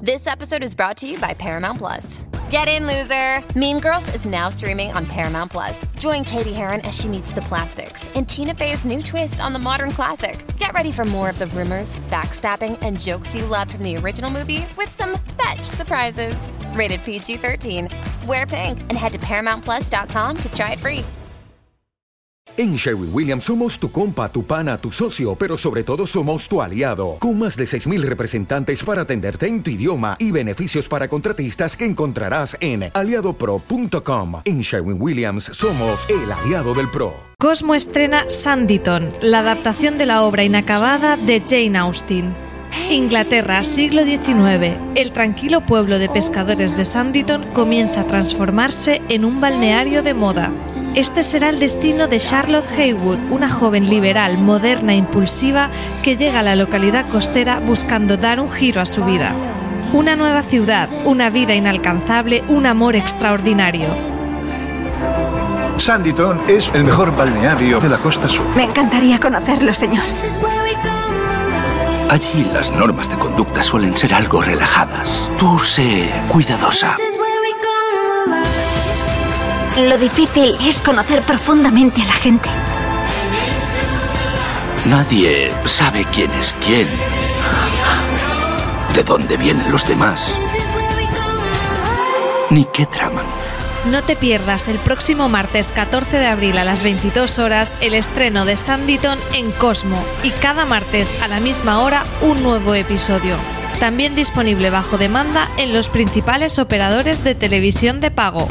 This episode is brought to you by Paramount Plus. Get in, loser! Mean Girls is now streaming on Paramount Plus. Join Katie Heron as she meets the plastics in Tina Fey's new twist on the modern classic. Get ready for more of the rumors, backstabbing, and jokes you loved from the original movie with some fetch surprises. Rated PG-13. Wear pink and head to ParamountPlus.com to try it free. En Sherwin-Williams somos tu compa, tu pana, tu socio, pero sobre todo somos tu aliado, con más de 6,000 representantes para atenderte en tu idioma y beneficios para contratistas que encontrarás en aliadopro.com. En Sherwin-Williams somos el aliado del pro. Cosmo estrena Sanditon, la adaptación de la obra inacabada de Jane Austen. Inglaterra, siglo XIX. El tranquilo pueblo de pescadores de Sanditon comienza a transformarse en un balneario de moda. Este será el destino de Charlotte Haywood, una joven liberal, moderna e impulsiva que llega a la localidad costera buscando dar un giro a su vida. Una nueva ciudad, una vida inalcanzable, un amor extraordinario. Sanditon es el mejor balneario de la costa sur. Me encantaría conocerlo, señor. Allí las normas de conducta suelen ser algo relajadas. Tú sé cuidadosa. Lo difícil es conocer profundamente a la gente. Nadie sabe quién es quién, de dónde vienen los demás, ni qué traman. No te pierdas el próximo martes 14 de abril a las 22 horas el estreno de Sanditon en Cosmo y cada martes a la misma hora un nuevo episodio. También disponible bajo demanda en los principales operadores de televisión de pago.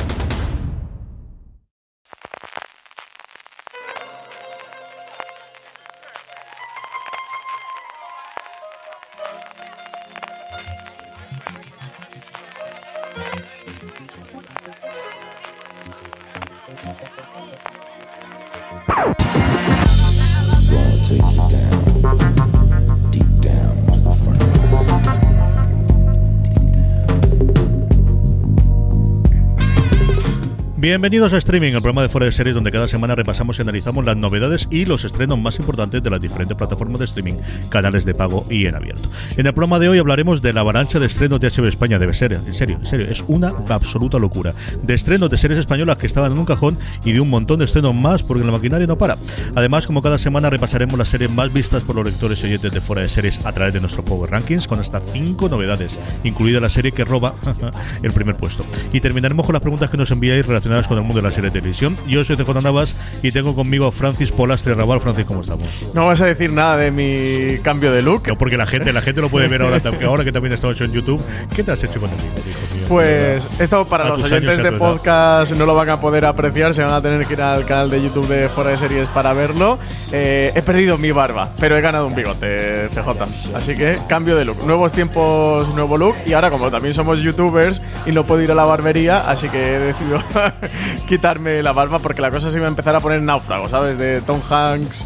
Bienvenidos a Streaming, el programa de Fuera de Series donde cada semana repasamos y analizamos las novedades y los estrenos más importantes de las diferentes plataformas de streaming, canales de pago y en abierto. En el programa de hoy hablaremos de la avalancha de estrenos de HBO España, debe ser, en serio, es una absoluta locura. De estrenos de series españolas que estaban en un cajón y de un montón de estrenos más porque la maquinaria no para. Además, como cada semana repasaremos las series más vistas por los lectores y oyentes de Fuera de Series a través de nuestro Power Rankings con hasta 5 novedades, incluida la serie que roba el primer puesto. Y terminaremos con las preguntas que nos enviáis relacionadas con el mundo de la serie de televisión. Yo soy CJ Navas y tengo conmigo a Francis Polastre Raval. Francis, ¿cómo estamos? No vas a decir nada de mi cambio de look. No, porque la gente lo puede ver ahora que también está hecho en YouTube. ¿Qué te has hecho con el look, hijo mío? Pues esto para los oyentes de podcast no lo van a poder apreciar, se van a tener que ir al canal de YouTube de Fuera de Series para verlo. He perdido mi barba, pero he ganado un bigote, CJ. Así que cambio de look. Nuevos tiempos, nuevo look. Y ahora, como también somos youtubers y no puedo ir a la barbería, así que he decidido quitarme la barba porque la cosa se iba a empezar a poner náufrago, ¿sabes? De Tom Hanks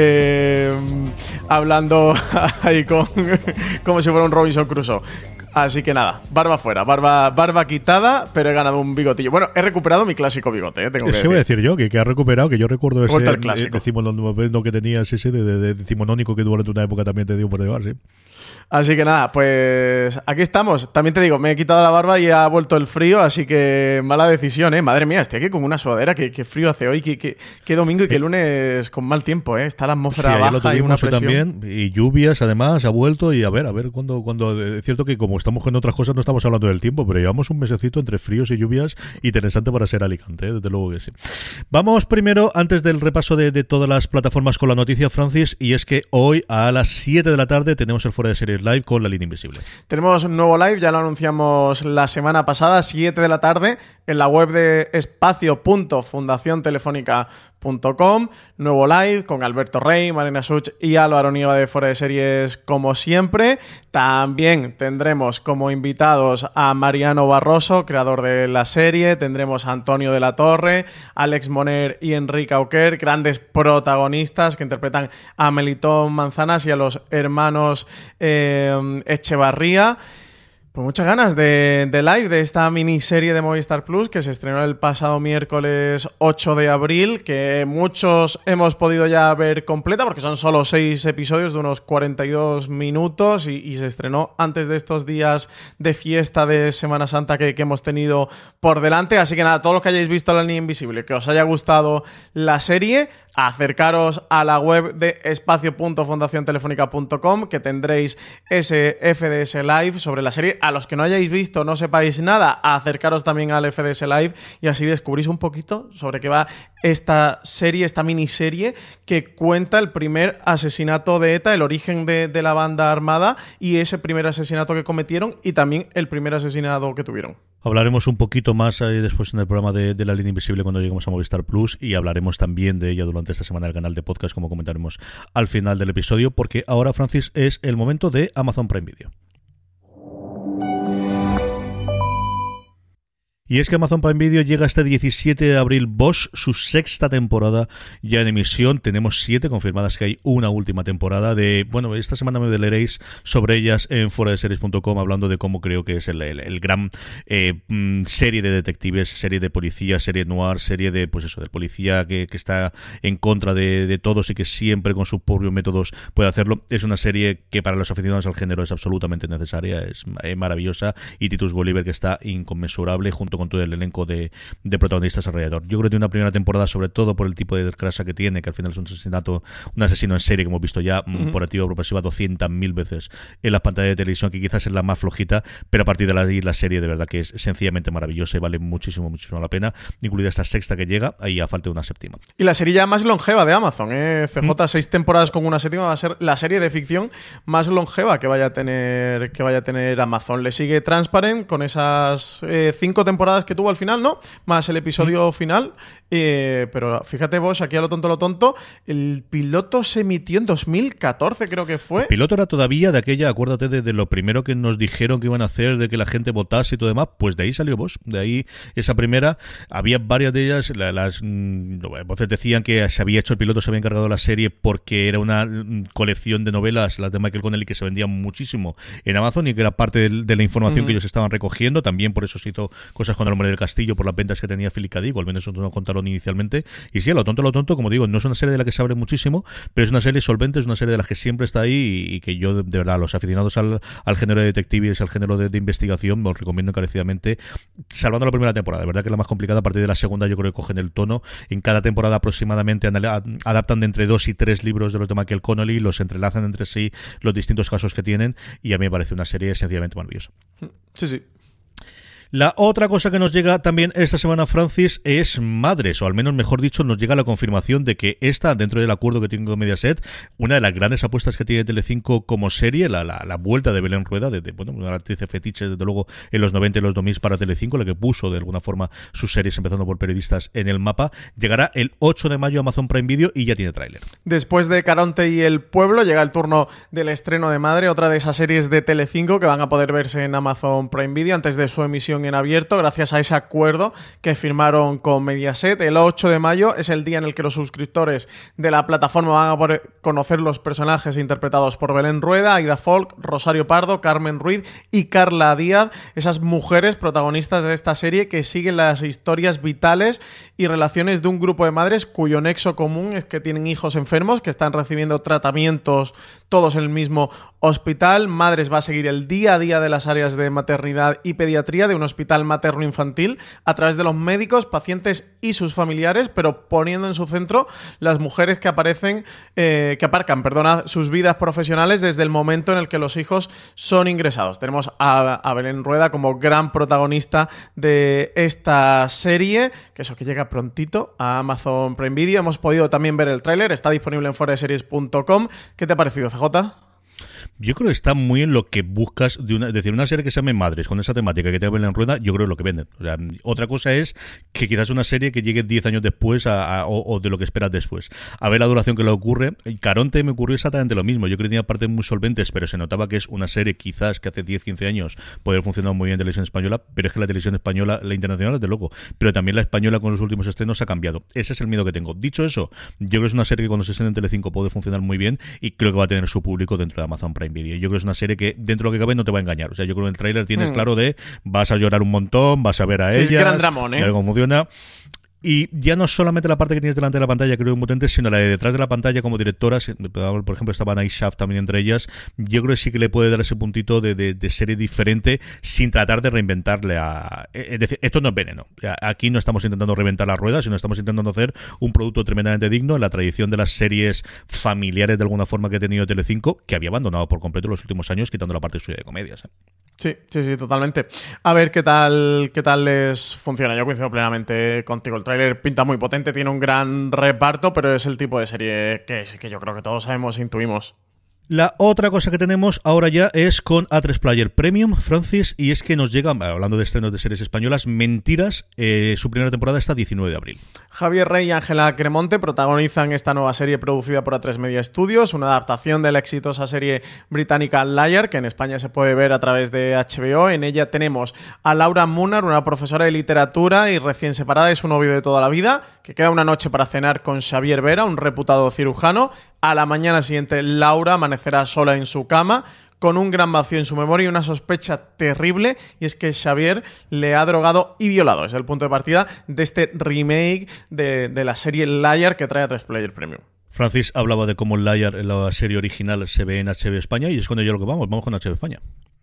hablando ahí como si fuera un Robinson Crusoe. Así que nada, barba fuera, barba quitada, pero he ganado un bigotillo. Bueno, he recuperado mi clásico bigote, tengo que decir. Eso voy a decir yo, que ha recuperado, que yo recuerdo ese decimonónico que tenías, ese de decimonónico que durante una época también te dio por llevar, sí. Así que nada, pues aquí estamos. También te digo, me he quitado la barba y ha vuelto el frío, así que mala decisión, ¿eh? Madre mía, estoy aquí con una sudadera, qué frío hace hoy, qué domingo y qué lunes con mal tiempo, ¿eh? Está la atmósfera baja y una presión. También, y lluvias, además, ha vuelto y a ver cuando es cierto que como estamos con otras cosas no estamos hablando del tiempo, pero llevamos un mesecito entre fríos y lluvias interesante para ser Alicante, ¿eh? Desde luego que sí. Vamos primero, antes del repaso de todas las plataformas con la noticia, Francis, y es que hoy a las 7 de la tarde tenemos el Fuera de Series Live con La Línea Invisible. Tenemos un nuevo live, ya lo anunciamos la semana pasada, 7 de la tarde, en la web de espacio.fundaciontelefónica.com. Nuevo live con Alberto Rey, Marina Such y Álvaro Nieva de Fuera de Series, como siempre. También tendremos como invitados a Mariano Barroso, creador de la serie. Tendremos a Antonio de la Torre, Alex Moner y Enrique Auquer, grandes protagonistas que interpretan a Melitón Manzanas y a los hermanos Echevarría. Pues muchas ganas de live de esta miniserie de Movistar Plus que se estrenó el pasado miércoles 8 de abril, que muchos hemos podido ya ver completa porque son solo 6 episodios de unos 42 minutos y se estrenó antes de estos días de fiesta de Semana Santa que hemos tenido por delante. Así que nada, todos los que hayáis visto La Línea Invisible, que os haya gustado la serie, acercaros a la web de espacio.fundaciontelefónica.com, que tendréis ese FDS Live sobre la serie. A los que no hayáis visto, no sepáis nada, acercaros también al FDS Live y así descubrís un poquito sobre qué va esta serie, esta miniserie que cuenta el primer asesinato de ETA, el origen de la banda armada y ese primer asesinato que cometieron y también el primer asesinato que tuvieron. Hablaremos un poquito más después en el programa de La Línea Invisible cuando lleguemos a Movistar Plus, y hablaremos también de ella durante esta semana en el canal de podcast, como comentaremos al final del episodio, porque ahora, Francis, es el momento de Amazon Prime Video. Y es que Amazon Prime Video llega este 17 de abril Bosch, su sexta temporada ya en emisión. Tenemos 7 confirmadas, que hay una última temporada de... Bueno, esta semana me leeréis sobre ellas en foradeseries.com, hablando de cómo creo que es el gran serie de detectives, serie de policía, serie noir, serie de, pues eso, del policía que está en contra de todos y que siempre con sus propios métodos puede hacerlo. Es una serie que para los aficionados al género es absolutamente necesaria, es maravillosa, y Titus Welliver, que está inconmensurable, junto con todo el elenco de protagonistas alrededor. Yo creo que tiene una primera temporada, sobre todo por el tipo de desgrasa que tiene, que al final es un asesino en serie que hemos visto ya por activa o por pasiva 200.000 veces en las pantallas de televisión, que quizás es la más flojita, pero a partir de ahí la serie de verdad que es sencillamente maravillosa y vale muchísimo la pena, incluida esta sexta que llega, ahí a falta de una séptima. Y la serie ya más longeva de Amazon, CJ, 6 temporadas con una séptima, va a ser la serie de ficción más longeva que vaya a tener Amazon. Le sigue Transparent con esas 5 temporadas que tuvo al final, ¿no? Más el episodio final. Pero fíjate vos, aquí a lo tonto, el piloto se emitió en 2014, creo que fue. El piloto era todavía de aquella, acuérdate de lo primero que nos dijeron que iban a hacer, de que la gente votase y todo demás, pues de ahí salió Bosch, de ahí esa primera. Había varias de ellas, las voces decían que se había hecho el piloto, se había encargado de la serie porque era una colección de novelas, las de Michael Connelly, que se vendían muchísimo en Amazon y que era parte de la información que ellos estaban recogiendo. También por eso se hizo cosas con El Hombre del Castillo, por las ventas que tenía Philip K. Dick, o al menos eso nos contaron inicialmente. Y sí, a lo tonto, como digo, no es una serie de la que se abre muchísimo, pero es una serie solvente, es una serie de la que siempre está ahí y que yo, de verdad, a los aficionados al género de detectives, al género de investigación, os recomiendo encarecidamente, salvando la primera temporada. De verdad que es la más complicada. A partir de la segunda yo creo que cogen el tono. En cada temporada aproximadamente adaptan de entre 2 y 3 libros de los de Michael Connelly, los entrelazan entre sí, los distintos casos que tienen, y a mí me parece una serie sencillamente maravillosa. Sí. La otra cosa que nos llega también esta semana, Francis, es Madres, o al menos, mejor dicho, nos llega la confirmación de que esta, dentro del acuerdo que tiene con Mediaset, una de las grandes apuestas que tiene Telecinco como serie, la vuelta de Belén Rueda, una actriz fetiche, desde luego, en los 90 y los 2000 para Telecinco, la que puso de alguna forma sus series, empezando por periodistas, en el mapa, llegará el 8 de mayo a Amazon Prime Video y ya tiene tráiler. Después de Caronte y El Pueblo, llega el turno del estreno de Madre, otra de esas series de Telecinco que van a poder verse en Amazon Prime Video antes de su emisión en abierto, gracias a ese acuerdo que firmaron con Mediaset. El 8 de mayo es el día en el que los suscriptores de la plataforma van a poder conocer los personajes interpretados por Belén Rueda, Aida Folk, Rosario Pardo, Carmen Ruiz y Carla Díaz, esas mujeres protagonistas de esta serie que siguen las historias vitales y relaciones de un grupo de madres cuyo nexo común es que tienen hijos enfermos que están recibiendo tratamientos todos en el mismo hospital. Madres va a seguir el día a día de las áreas de maternidad y pediatría de un hospital materno-infantil a través de los médicos, pacientes y sus familiares, pero poniendo en su centro las mujeres que aparcan sus vidas profesionales desde el momento en el que los hijos son ingresados. Tenemos a Belén Rueda como gran protagonista de esta serie, que eso que llega prontito a Amazon Prime Video. Hemos podido también ver el tráiler, está disponible en foradeseries.com. ¿Qué te ha parecido, CJ? Yo creo que está muy en lo que buscas decir, una serie que se llame Madres, con esa temática que te Belén Rueda, yo creo que lo que venden. O sea, otra cosa es que quizás una serie que llegue 10 años después o de lo que esperas después. A ver la duración que le ocurre. Caronte me ocurrió exactamente lo mismo. Yo creo que tenía partes muy solventes, pero se notaba que es una serie quizás que hace 10-15 años puede haber funcionado muy bien en televisión española, pero es que la televisión española, la internacional, desde luego, pero también la española con los últimos estrenos ha cambiado. Ese es el miedo que tengo. Dicho eso, yo creo que es una serie que cuando se estrena en Telecinco puede funcionar muy bien y creo que va a tener su público dentro de Amazon Amazon Prime Video. Yo creo que es una serie que, dentro de lo que cabe, no te va a engañar. O sea, yo creo que el tráiler tienes claro de vas a llorar un montón, vas a ver a ellas, gran dramón, y cómo funciona. Y ya no solamente la parte que tienes delante de la pantalla, creo que es muy potente, sino la de detrás de la pantalla como directoras. Por ejemplo, estaba Night Shaft también entre ellas. Yo creo que sí que le puede dar ese puntito de serie diferente sin tratar de reinventarle a... Es decir, esto no es Veneno. Aquí no estamos intentando reinventar la rueda, sino estamos intentando hacer un producto tremendamente digno en la tradición de las series familiares de alguna forma que ha tenido Telecinco, que había abandonado por completo en los últimos años, quitando la parte suya de comedias. Sí, totalmente. A ver qué tal les funciona. Yo coincido plenamente contigo. El tráiler pinta muy potente, tiene un gran reparto, pero es el tipo de serie que yo creo que todos sabemos e intuimos. La otra cosa que tenemos ahora ya es con A3 Player Premium, Francis, y es que nos llega, hablando de estrenos de series españolas, Mentiras, su primera temporada está 19 de abril. Javier Rey y Ángela Cremonte protagonizan esta nueva serie producida por A3 Media Studios, una adaptación de la exitosa serie británica Liar, que en España se puede ver a través de HBO. En ella tenemos a Laura Munar, una profesora de literatura y recién separada de su novio de toda la vida, que queda una noche para cenar con Xavier Vera, un reputado cirujano. A la mañana siguiente, Laura amanecerá sola en su cama, con un gran vacío en su memoria y una sospecha terrible, y es que Xavier le ha drogado y violado. Es el punto de partida de este remake de la serie Liar que trae A3 Player Premium. Francis hablaba de cómo Liar, la serie original, se ve en HBO España, y es con ello lo que vamos con HBO España.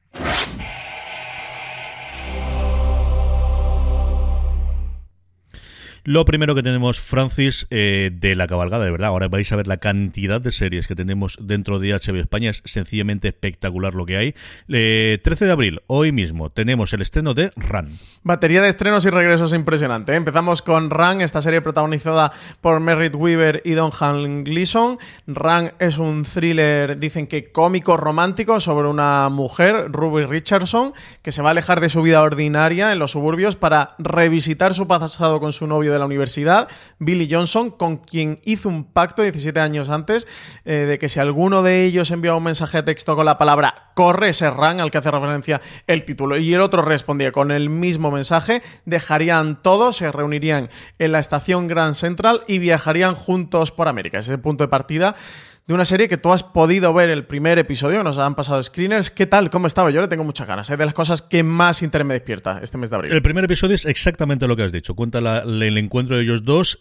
Lo primero que tenemos, Francis, de la cabalgada, de verdad, ahora vais a ver la cantidad de series que tenemos dentro de HBO España, es sencillamente espectacular lo que hay. 13 de abril, hoy mismo, tenemos el estreno de Run. Batería de estrenos y regresos impresionante, ¿eh? Empezamos con Run, esta serie protagonizada por Merritt Wever y Domhnall Gleeson. Run es un thriller, dicen que cómico romántico, sobre una mujer, Ruby Richardson, que se va a alejar de su vida ordinaria en los suburbios para revisitar su pasado con su novio de la universidad, Billy Johnson, con quien hizo un pacto 17 años antes de que si alguno de ellos enviaba un mensaje de texto con la palabra corre, ese Run al que hace referencia el título, y el otro respondía con el mismo mensaje, dejarían todo, se reunirían en la estación Grand Central y viajarían juntos por América. Ese es el punto de partida de una serie que tú has podido ver el primer episodio, que nos han pasado screeners. ¿Qué tal? ¿Cómo estaba? Yo le tengo muchas ganas. Es de las cosas que más interés me despierta este mes de abril. El primer episodio es exactamente lo que has dicho. Cuenta el encuentro de ellos dos.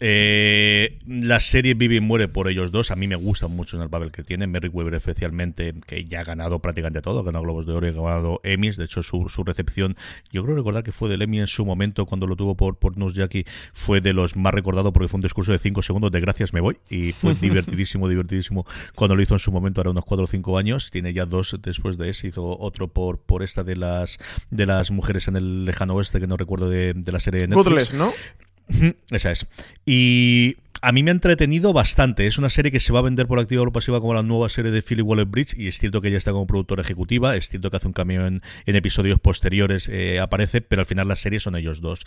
La serie vive y muere por ellos dos. A mí me gusta mucho el papel que tiene. Merritt Wever especialmente, que ya ha ganado prácticamente todo. Ha ganado Globos de Oro y ha ganado Emmys. De hecho, su recepción, yo creo recordar que fue del Emmy en su momento, cuando lo tuvo por Nurse Jackie, fue de los más recordados porque fue un discurso de 5 segundos de gracias, me voy. Y fue divertidísimo cuando lo hizo en su momento, ahora unos 4 o 5 años. Tiene ya 2 después de ese. Hizo otro por esta de las mujeres en el lejano oeste, que no recuerdo de la serie de Netflix. Goodless, ¿no? Esa es. Y a mí me ha entretenido bastante. Es una serie que se va a vender por activa o por pasiva como la nueva serie de Phoebe Waller-Bridge, y es cierto que ella está como productora ejecutiva, es cierto que hace un cameo en episodios posteriores, aparece, pero al final la serie son ellos dos.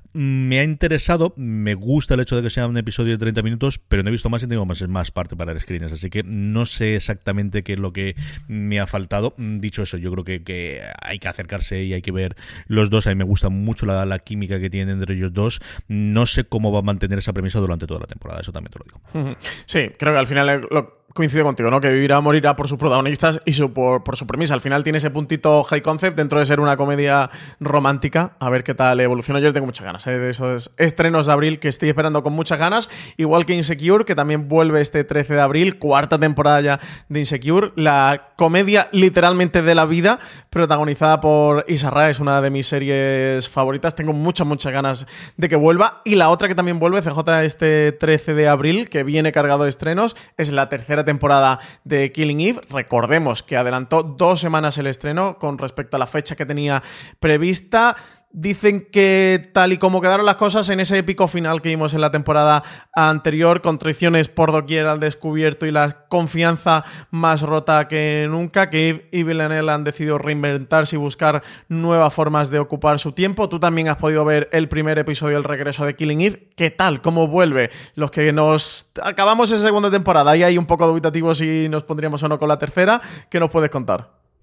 Me ha interesado, me gusta el hecho de que sea un episodio de 30 minutos, pero no he visto más y tengo más parte para las screeners, así que no sé exactamente qué es lo que me ha faltado. Dicho eso, yo creo que hay que acercarse y hay que ver los dos. A mí me gusta mucho la química que tienen entre ellos dos. No sé cómo va a mantener esa premisa durante toda la temporada, eso también te lo digo. Sí, creo que al final coincido contigo, ¿no? Que vivirá o morirá por sus protagonistas y por su premisa. Al final tiene ese puntito high concept dentro de ser una comedia romántica. A ver qué tal evoluciona. Yo tengo muchas ganas de esos estrenos de abril que estoy esperando con muchas ganas. Igual que Insecure, que también vuelve este 13 de abril, 4ª temporada ya de Insecure. La comedia literalmente de la vida, protagonizada por Issa Rae, es una de mis series favoritas. Tengo muchas ganas de que vuelva. Y la otra que también vuelve, CJ, este 13 de abril, que viene cargado de estrenos, es la 3ª temporada de Killing Eve. Recordemos que adelantó 2 semanas el estreno con respecto a la fecha que tenía prevista. Dicen que tal y como quedaron las cosas en ese épico final que vimos en la temporada anterior, con traiciones por doquier al descubierto y la confianza más rota que nunca, que Eve y Villanelle han decidido reinventarse y buscar nuevas formas de ocupar su tiempo. Tú también has podido ver el primer episodio del regreso de Killing Eve. ¿Qué tal? ¿Cómo vuelve? Los que nos acabamos esa segunda temporada y hay un poco dubitativos si nos pondríamos o no con la tercera, ¿qué nos puedes contar?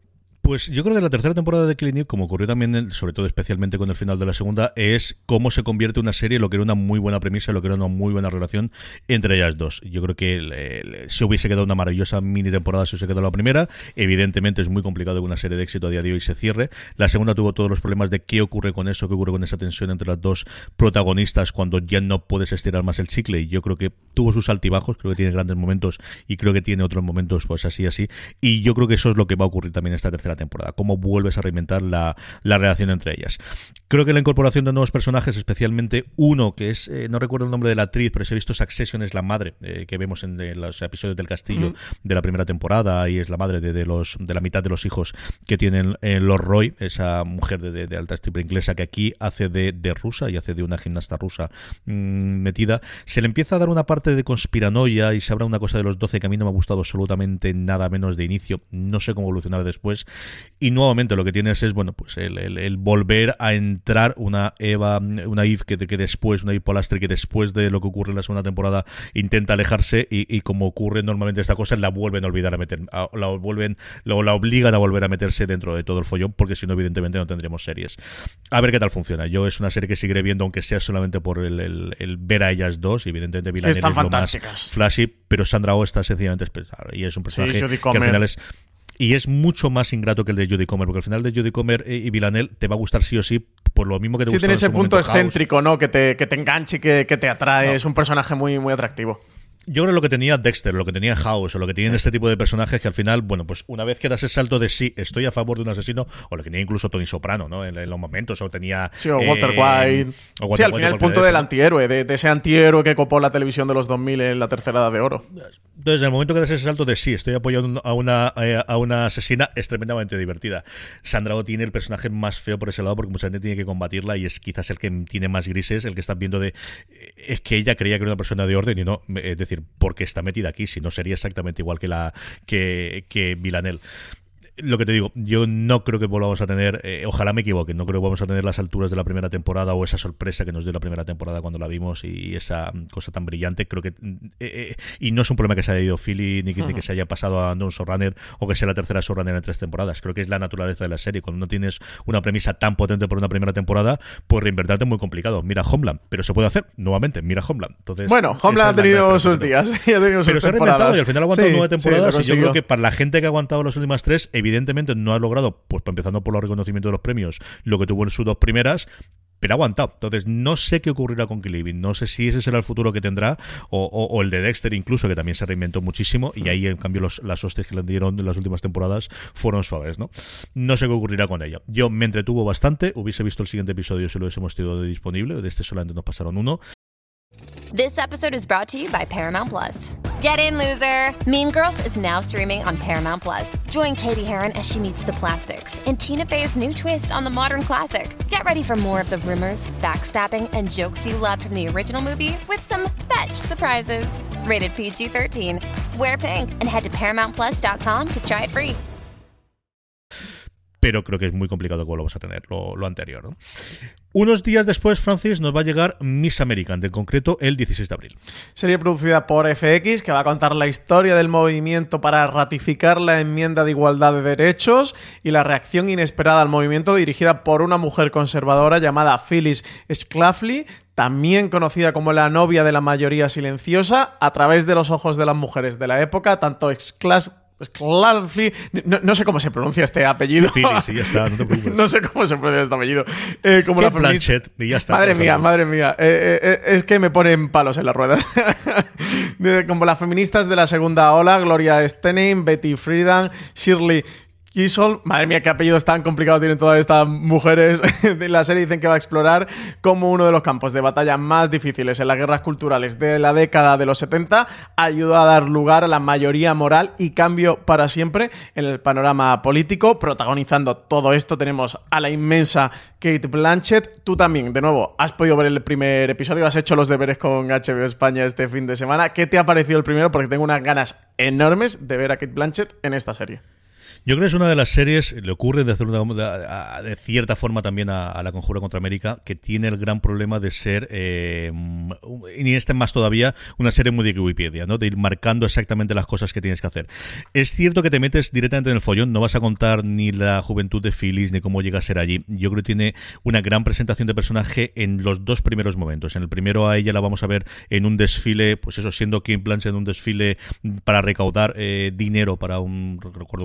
Pues yo creo que la tercera temporada de Killing Eve, como ocurrió también, sobre todo especialmente con el final de la segunda, es cómo se convierte una serie, lo que era una muy buena premisa, lo que era una muy buena relación entre ellas dos. Yo creo que se hubiese quedado una maravillosa mini temporada si se quedó la primera. Evidentemente es muy complicado que una serie de éxito a día de hoy se cierre. La segunda tuvo todos los problemas de qué ocurre con eso, qué ocurre con esa tensión entre las dos protagonistas cuando ya no puedes estirar más el chicle. Y yo creo que tuvo sus altibajos, creo que tiene grandes momentos y creo que tiene otros momentos pues así. Y yo creo que eso es lo que va a ocurrir también en esta tercera temporada, cómo vuelves a reinventar la relación entre ellas. Creo que la incorporación de nuevos personajes, especialmente uno que es, no recuerdo el nombre de la actriz, pero si he visto Succession, es la madre que vemos en los episodios del castillo de la primera temporada, y es la madre de la mitad de los hijos que tienen los Roy, esa mujer de alta estirpe inglesa que aquí hace de rusa y hace de una gimnasta rusa metida. Se le empieza a dar una parte de conspiranoia y se habla una cosa de los 12 que a mí no me ha gustado absolutamente nada menos de inicio. No sé cómo evolucionar después. Y nuevamente lo que tienes es, bueno, pues el volver a entrar una Eve que después, una Eve Polastri que después de lo que ocurre en la segunda temporada intenta alejarse y como ocurre normalmente esta cosa, la vuelven a olvidar la obligan a volver a meterse dentro de todo el follón, porque si no, evidentemente no tendríamos series. A ver qué tal funciona. Yo es una serie que seguiré viendo, aunque sea solamente por el ver a ellas dos. Evidentemente Villanelle están es lo fantásticas, más flashy, pero Sandra Oh está sencillamente especial y es un personaje Jodie que Comer. al final es... Y es mucho más ingrato que el de Jodie Comer, porque al final de Jodie Comer y Villanelle te va a gustar sí o sí, por lo mismo que te gusta. Sí, tiene ese punto excéntrico, House, ¿no? Que te enganche y que te atrae. No. Es un personaje muy, muy atractivo. Yo creo que lo que tenía Dexter, lo que tenía House, o lo que tienen este tipo de personajes que al final, bueno, pues una vez que das ese salto de sí, estoy a favor de un asesino, o lo que tenía incluso Tony Soprano, ¿no? En los momentos, o tenía... Sí, o Walter White. Sí, al final el punto del antihéroe, de ese antihéroe que copó la televisión de los 2000 en la tercera edad de oro. Entonces, en el momento que das ese salto de sí, estoy apoyando a una asesina, es tremendamente divertida. Sandra Oh tiene el personaje más feo por ese lado, porque mucha gente tiene que combatirla, y es quizás el que tiene más grises, el que estás viendo es que ella creía que era una persona de orden y no, es decir, porque está metida aquí, si no sería exactamente igual que Villanelle. Lo que te digo, yo no creo que volvamos a tener, ojalá me equivoque, no creo que vamos a tener las alturas de la primera temporada o esa sorpresa que nos dio la primera temporada cuando la vimos y esa cosa tan brillante. Creo que y no es un problema que se haya ido Philly ni que se haya pasado a un showrunner o que sea la tercera showrunner en 3 temporadas. Creo que es la naturaleza de la serie. Cuando no tienes una premisa tan potente por una primera temporada, pues reinvertirte es muy complicado. Mira Homeland, pero se puede hacer nuevamente. Mira Homeland. Entonces, bueno, Homeland ha tenido sus días, pero se ha reinventado y al final ha aguantado 9 temporadas. Y yo creo que para la gente que ha aguantado las últimas 3, evidentemente no ha logrado, pues empezando por los reconocimientos de los premios, lo que tuvo en sus 2 primeras, pero ha aguantado. Entonces no sé qué ocurrirá con Killing Eve, no sé si ese será el futuro que tendrá o el de Dexter incluso, que también se reinventó muchísimo y ahí en cambio las hostias que le dieron en las últimas temporadas fueron suaves, ¿no? No sé qué ocurrirá con ella. Yo me entretuvo bastante, hubiese visto el siguiente episodio si lo hubiésemos tenido disponible, de este solamente nos pasaron 1. This episode is brought to you by Paramount Plus. Get in, loser! Mean Girls is now streaming on Paramount Plus. Join Katie Heron as she meets the plastics in Tina Fey's new twist on the modern classic. Get ready for more of the rumors, backstabbing, and jokes you loved from the original movie with some fetch surprises. Rated PG-13. Wear pink and head to ParamountPlus.com to try it free. Pero creo que es muy complicado que volvamos a tener lo anterior, ¿no? Unos días después, Francis, nos va a llegar Miss American, en concreto el 16 de abril. Serie producida por FX, que va a contar la historia del movimiento para ratificar la enmienda de igualdad de derechos y la reacción inesperada al movimiento, dirigida por una mujer conservadora llamada Phyllis Schlafly, también conocida como la novia de la mayoría silenciosa, a través de los ojos de las mujeres de la época, tanto Schlafly, no sé cómo se pronuncia este apellido. Phyllis, y ya está, no te preocupes. No sé cómo se pronuncia este apellido. Como la Blanchett, y ya está. Madre mía. Es que me ponen palos en las ruedas. Como las feministas de la segunda ola, Gloria Steinem, Betty Friedan, Shirley Chisholm. Madre mía, qué apellidos tan complicados tienen todas estas mujeres. De la serie dicen que va a explorar como uno de los campos de batalla más difíciles en las guerras culturales de la década de los 70 ayudó a dar lugar a la mayoría moral y cambio para siempre en el panorama político. Protagonizando todo esto tenemos a la inmensa Cate Blanchett. Tú también, de nuevo, has podido ver el primer episodio, has hecho los deberes con HBO España este fin de semana. ¿Qué te ha parecido el primero? Porque tengo unas ganas enormes de ver a Cate Blanchett en esta serie. Yo creo que es una de las series, le ocurre de cierta forma también a La Conjura contra América, que tiene el gran problema de ser, y esta más todavía, una serie muy de Wikipedia, ¿no? De ir marcando exactamente las cosas que tienes que hacer. Es cierto que te metes directamente en el follón, no vas a contar ni la juventud de Phyllis, ni cómo llega a ser allí. Yo creo que tiene una gran presentación de personaje en los dos primeros momentos. En el primero a ella la vamos a ver en un desfile, pues eso, siendo Kate Blanchett en un desfile para recaudar dinero para un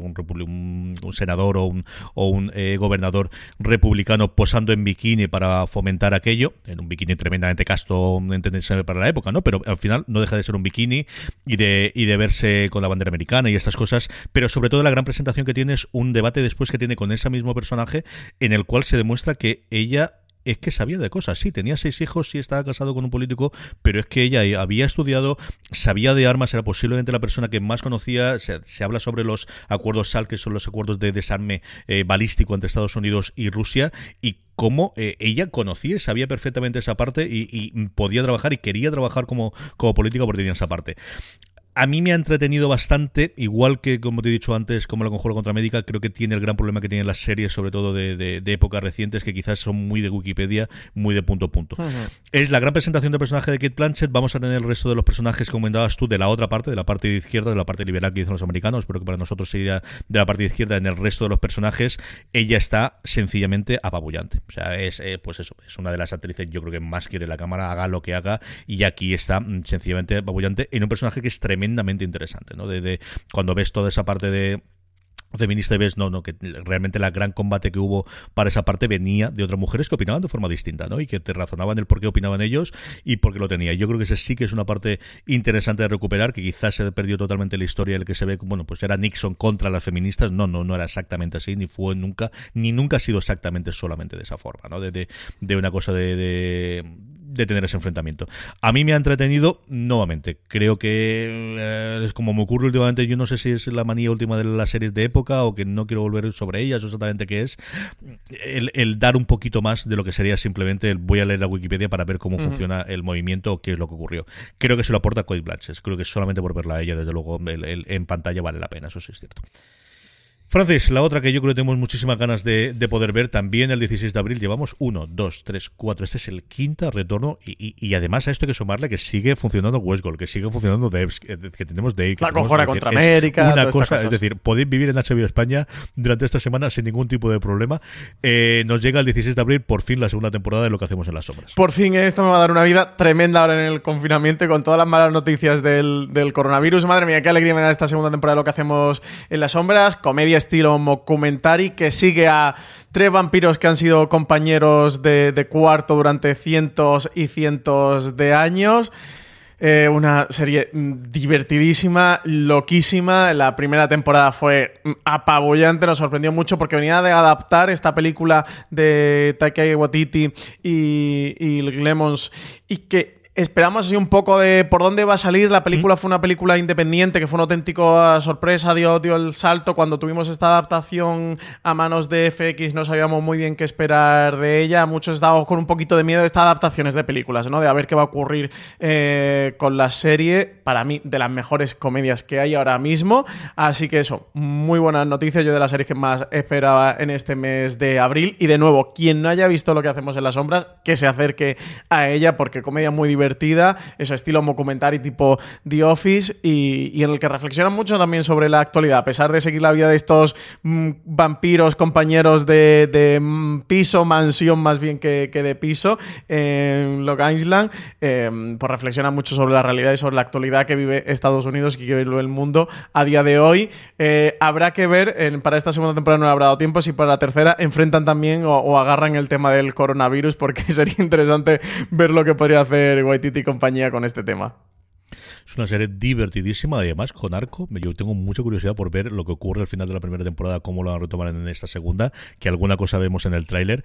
senador o un gobernador republicano posando en bikini para fomentar aquello, en un bikini tremendamente casto, entenderse para la época, ¿no? Pero al final no deja de ser un bikini y de verse con la bandera americana y estas cosas, pero sobre todo la gran presentación que tiene es un debate después que tiene con ese mismo personaje en el cual se demuestra que ella es que sabía de cosas, sí, tenía 6 hijos, sí estaba casado con un político, pero es que ella había estudiado, sabía de armas, era posiblemente la persona que más conocía. Se habla sobre los acuerdos SALT, que son los acuerdos de desarme balístico entre Estados Unidos y Rusia, y cómo ella conocía y sabía perfectamente esa parte y podía trabajar y quería trabajar como política porque tenía esa parte. A mí me ha entretenido bastante, igual que, como te he dicho antes, como La Conjura contra América. Creo que tiene el gran problema que tienen las series, sobre todo de épocas recientes, que quizás son muy de Wikipedia, muy de punto a punto. Uh-huh. Es la gran presentación del personaje de Cate Blanchett. Vamos a tener el resto de los personajes que comentabas tú de la otra parte, de la parte de izquierda, de la parte liberal que dicen los americanos, pero que para nosotros sería de la parte de izquierda. En el resto de los personajes, ella está sencillamente apabullante. O sea, pues eso, es una de las actrices, yo creo que más quiere la cámara, haga lo que haga, y aquí está sencillamente apabullante en un personaje que es tremendamente interesante, ¿no? De cuando ves toda esa parte de feminista y ves que realmente el gran combate que hubo para esa parte venía de otras mujeres que opinaban de forma distinta, ¿no? Y que te razonaban el por qué opinaban ellos y por qué lo tenía. Yo creo que ese sí que es una parte interesante de recuperar, que quizás se perdió totalmente la historia en la que se ve, bueno, pues era Nixon contra las feministas. No era exactamente así, ni nunca ha sido exactamente solamente de esa forma, ¿no? De una cosa de tener ese enfrentamiento. A mí me ha entretenido nuevamente. Creo que es como me ocurre últimamente. Yo no sé si es la manía última de las series de época o que no quiero volver sobre ellas o exactamente qué es. El dar un poquito más de lo que sería simplemente voy a leer la Wikipedia para ver cómo funciona el movimiento o qué es lo que ocurrió. Creo que se lo aporta Cate Blanchett. Creo que solamente por verla a ella, desde luego, en pantalla vale la pena. Eso sí es cierto. Francis, la otra que yo creo que tenemos muchísimas ganas de poder ver también el 16 de abril. Llevamos 1, 2, 3, 4. Este es el quinto retorno y además a esto hay que sumarle que sigue funcionando Westworld, que sigue funcionando Devs, que tenemos Dave. La Conjura contra América. Una cosa, es decir, podéis vivir en HBO España durante esta semana sin ningún tipo de problema. Nos llega el 16 de abril, por fin, la segunda temporada de Lo que hacemos en las sombras. Por fin, esto me va a dar una vida tremenda ahora en el confinamiento y con todas las malas noticias del coronavirus. Madre mía, qué alegría me da esta segunda temporada de Lo que hacemos en las sombras. Comedia estilo documentary que sigue a 3 vampiros que han sido compañeros de cuarto durante cientos y cientos de años. Una serie divertidísima, loquísima. La primera temporada fue apabullante, nos sorprendió mucho porque venía de adaptar esta película de Taika Waititi y Lemons, y que esperamos así un poco de por dónde va a salir. La película fue una película independiente que fue una auténtica sorpresa, dio el salto. Cuando tuvimos esta adaptación a manos de FX no sabíamos muy bien qué esperar de ella. Muchos estábamos con un poquito de miedo de estas adaptaciones de películas, ¿no? De a ver qué va a ocurrir con la serie. Para mí, de las mejores comedias que hay ahora mismo. Así que eso, muy buenas noticias. Yo de las series que más esperaba en este mes de abril. Y de nuevo, quien no haya visto Lo que hacemos en las sombras, que se acerque a ella, porque comedia muy divertida, eso, estilo mockumentary tipo The Office, y en el que reflexionan mucho también sobre la actualidad, a pesar de seguir la vida de estos vampiros compañeros de piso, mansión más bien que de piso, en Long Island. Pues reflexionan mucho sobre la realidad y sobre la actualidad que vive Estados Unidos y que vive el mundo a día de hoy. Habrá que ver, para esta segunda temporada no le habrá dado tiempo, si para la tercera enfrentan también o agarran el tema del coronavirus, porque sería interesante ver lo que podría hacer Waititi y compañía con este tema. Es una serie divertidísima, además con arco. Yo tengo mucha curiosidad por ver lo que ocurre al final de la primera temporada, cómo lo van a retomar en esta segunda, que alguna cosa vemos en el tráiler.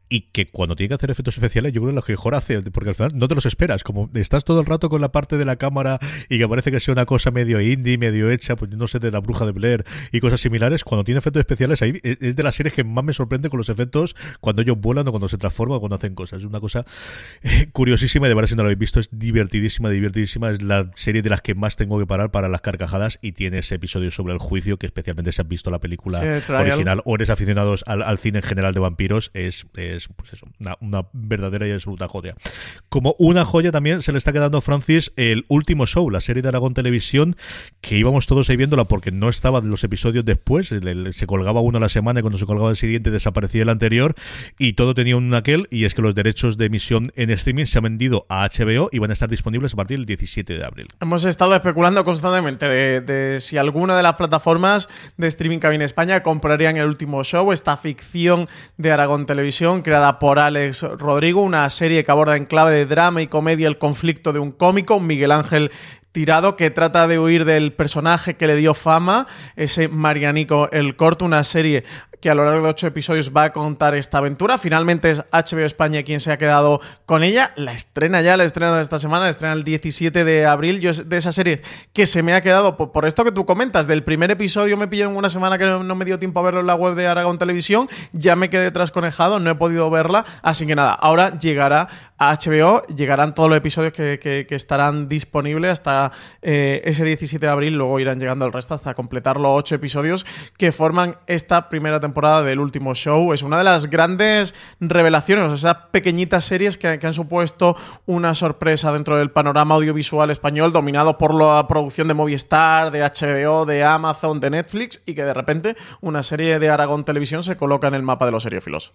y que cuando tiene que hacer efectos especiales yo creo que lo que mejor hace, porque al final no te los esperas, como estás todo el rato con la parte de la cámara y que parece que sea una cosa medio indie, medio hecha, pues no sé, de La Bruja de Blair y cosas similares. Cuando tiene efectos especiales, ahí es de las series que más me sorprende con los efectos cuando ellos vuelan o cuando se transforman o cuando hacen cosas. Es una cosa curiosísima y de verdad, si no lo habéis visto, es divertidísima. Es la serie de las que más tengo que parar para las carcajadas, y tiene ese episodio sobre el juicio que, especialmente si has visto la película original o eres aficionados al cine en general de vampiros, es pues eso, una verdadera y absoluta joya. Como una joya también se le está quedando a Francis El Último Show, la serie de Aragón Televisión, que íbamos todos ahí viéndola porque no estaban los episodios después, se colgaba uno a la semana y cuando se colgaba el siguiente desaparecía el anterior, y todo tenía un aquel, y es que los derechos de emisión en streaming se han vendido a HBO y van a estar disponibles a partir del 17 de abril. Hemos estado especulando constantemente de si alguna de las plataformas de streaming que había en España comprarían El Último Show, esta ficción de Aragón Televisión creada por Alex Rodrigo, una serie que aborda en clave de drama y comedia el conflicto de un cómico, Miguel Ángel Tirado, que trata de huir del personaje que le dio fama, ese Marianico el Corto, una serie que a lo largo de 8 episodios va a contar esta aventura. Finalmente es HBO España quien se ha quedado con ella. La estrena de esta semana, la estrena el 17 de abril. Yo de esa serie que se me ha quedado, por esto que tú comentas, del primer episodio me pilló en una semana que no me dio tiempo a verlo en la web de Aragón Televisión, ya me quedé trasconejado, no he podido verla, así que nada, ahora llegará a HBO, llegarán todos los episodios que estarán disponibles hasta ese 17 de abril, luego irán llegando el resto hasta completar los 8 episodios que forman esta primera temporada del Último Show. Es una de las grandes revelaciones, esas pequeñitas series que han supuesto una sorpresa dentro del panorama audiovisual español, dominado por la producción de Movistar, de HBO, de Amazon, de Netflix, y que de repente una serie de Aragón Televisión se coloca en el mapa de los seriéfilos.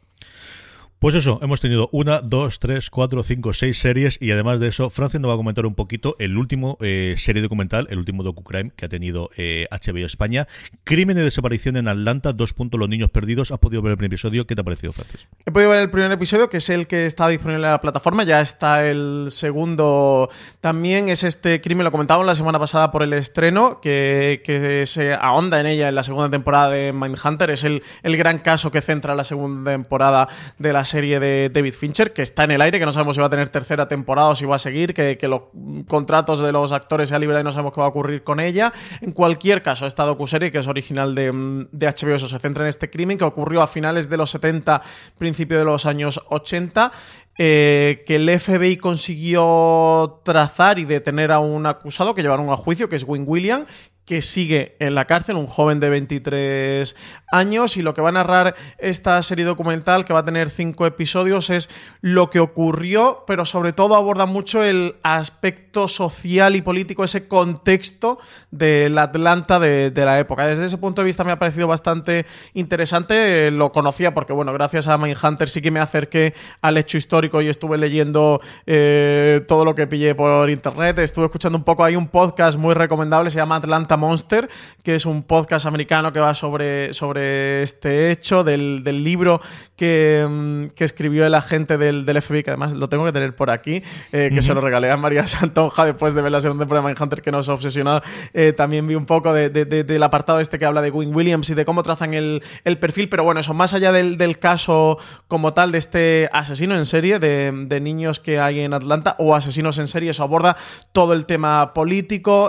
Pues eso, hemos tenido 1, 2, 3, 4, 5, 6 series, y además de eso, Francis nos va a comentar un poquito el último serie documental, el último docucrime que ha tenido HBO España, Crimen y desaparición en Atlanta, Los niños perdidos. ¿Has podido ver el primer episodio? ¿Qué te ha parecido, Francis? He podido ver el primer episodio, que es el que está disponible en la plataforma, ya está el segundo también, es este crimen, lo comentábamos la semana pasada por el estreno, que se ahonda en ella en la segunda temporada de Mindhunter, es el gran caso que centra la segunda temporada de la serie de David Fincher, que está en el aire, que no sabemos si va a tener tercera temporada o si va a seguir, que los contratos de los actores se han librado y no sabemos qué va a ocurrir con ella. En cualquier caso, esta docuserie, que es original de HBO, eso se centra en este crimen que ocurrió a finales de los 70, principio de los años 80, que el FBI consiguió trazar y detener a un acusado que llevaron a juicio, que es Wynne Williams, que sigue en la cárcel, un joven de 23 años, y lo que va a narrar esta serie documental, que va a tener 5 episodios, es lo que ocurrió, pero sobre todo aborda mucho el aspecto social y político, ese contexto de la Atlanta de la época. Desde ese punto de vista me ha parecido bastante interesante. Lo conocía porque, bueno, gracias a Mindhunter sí que me acerqué al hecho histórico y estuve leyendo todo lo que pillé por internet. Estuve escuchando un poco, hay un podcast muy recomendable, se llama Atlanta Monster, que es un podcast americano que va sobre este hecho, del libro que escribió el agente del FBI, que además lo tengo que tener por aquí, que se lo regalé a María Santonja después de ver la segunda temporada de Mindhunter, que nos ha obsesionado. También vi un poco del apartado este que habla de Wynne Williams y de cómo trazan el perfil, pero bueno, eso, más allá del caso como tal, de este asesino en serie de niños que hay en Atlanta, o asesinos en serie, eso aborda todo el tema político,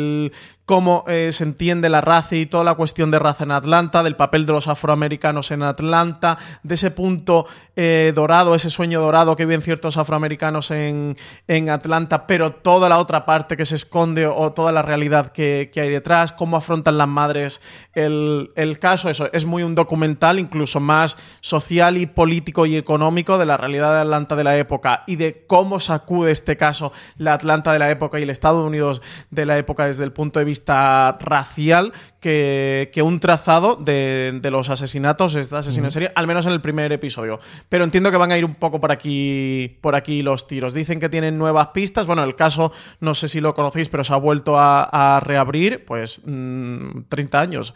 cómo se entiende la raza y toda la cuestión de raza en Atlanta, del papel de los afroamericanos en Atlanta, de ese punto dorado, ese sueño dorado que viven ciertos afroamericanos en Atlanta, pero toda la otra parte que se esconde, o toda la realidad que hay detrás, cómo afrontan las madres el caso. Eso es muy un documental, incluso más social y político y económico, de la realidad de Atlanta de la época y de cómo sacude este caso la Atlanta de la época y el Estados Unidos de la época desde el punto de vista racial, que un trazado de los asesinatos, este asesino en serie, al menos en el primer episodio. Pero entiendo que van a ir un poco por aquí los tiros. Dicen que tienen nuevas pistas. Bueno, el caso, no sé si lo conocéis, pero se ha vuelto a reabrir, pues 30 años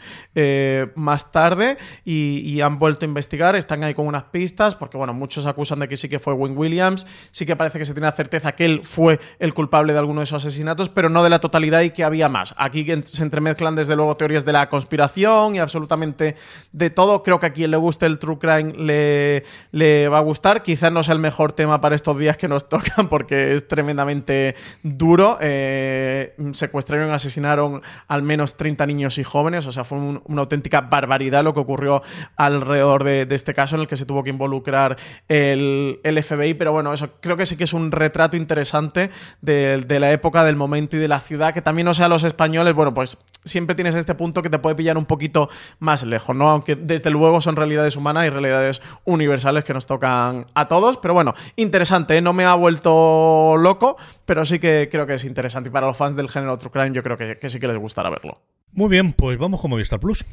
más tarde, y han vuelto a investigar. Están ahí con unas pistas, porque bueno, muchos acusan de que sí que fue Wynne Williams, sí que parece que se tiene la certeza que él fue el culpable de alguno de esos asesinatos, pero no de la totalidad, y que había más. aquí se entremezclan desde luego teorías de la conspiración y absolutamente de todo. Creo que a quien le guste el True Crime le va a gustar. Quizás no sea el mejor tema para estos días que nos tocan porque es tremendamente duro. Secuestraron y asesinaron al menos 30 niños y jóvenes, o sea, fue una auténtica barbaridad lo que ocurrió alrededor de este caso en el que se tuvo que involucrar el FBI, pero bueno, eso creo que sí que es un retrato interesante de la época, del momento y de la ciudad, que también, o sea, los españoles, bueno, pues siempre tienes este punto que te puede pillar un poquito más lejos, ¿no? Aunque desde luego son realidades humanas y realidades universales que nos tocan a todos, pero bueno, interesante, ¿eh? No me ha vuelto loco, pero sí que creo que es interesante y para los fans del género True Crime yo creo que sí que les gustará verlo. Muy bien, pues vamos con Movistar Plus.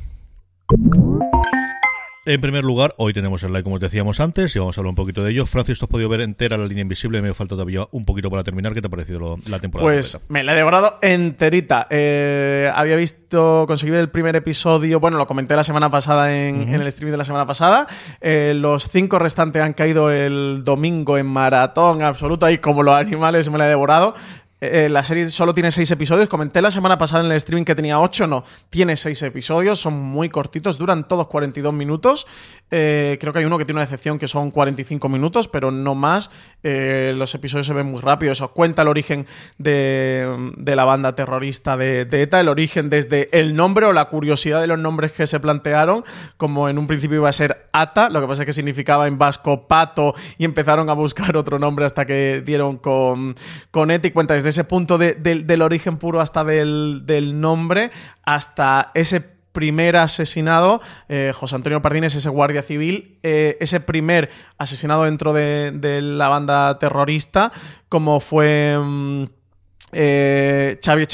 En primer lugar, hoy tenemos el live, como os decíamos antes, y vamos a hablar un poquito de ello. Francis, ¿tú has podido ver entera La Línea Invisible? Me falta todavía un poquito para terminar. ¿Qué te ha parecido la temporada? Pues completa? me la he devorado enterita. Había conseguido el primer episodio, bueno, lo comenté la semana pasada en el streaming de la semana pasada. Los 5 restantes han caído el domingo en maratón absoluto, ahí como los animales me la he devorado. La serie solo tiene 6 episodios. Comenté la semana pasada en el streaming que tenía 8. No, tiene 6 episodios. Son muy cortitos. Duran todos 42 minutos. Creo que hay uno que tiene una excepción que son 45 minutos, pero no más. Los episodios se ven muy rápido. Eso cuenta el origen de la banda terrorista de ETA. El origen desde el nombre o la curiosidad de los nombres que se plantearon. Como en un principio iba a ser ATA. Lo que pasa es que significaba en vasco pato y empezaron a buscar otro nombre hasta que dieron con ETA. Y cuenta desde ese punto del origen puro hasta del nombre, hasta ese primer asesinado, José Antonio Pardines, ese guardia civil, ese primer asesinado dentro de la banda terrorista, como fue Xavi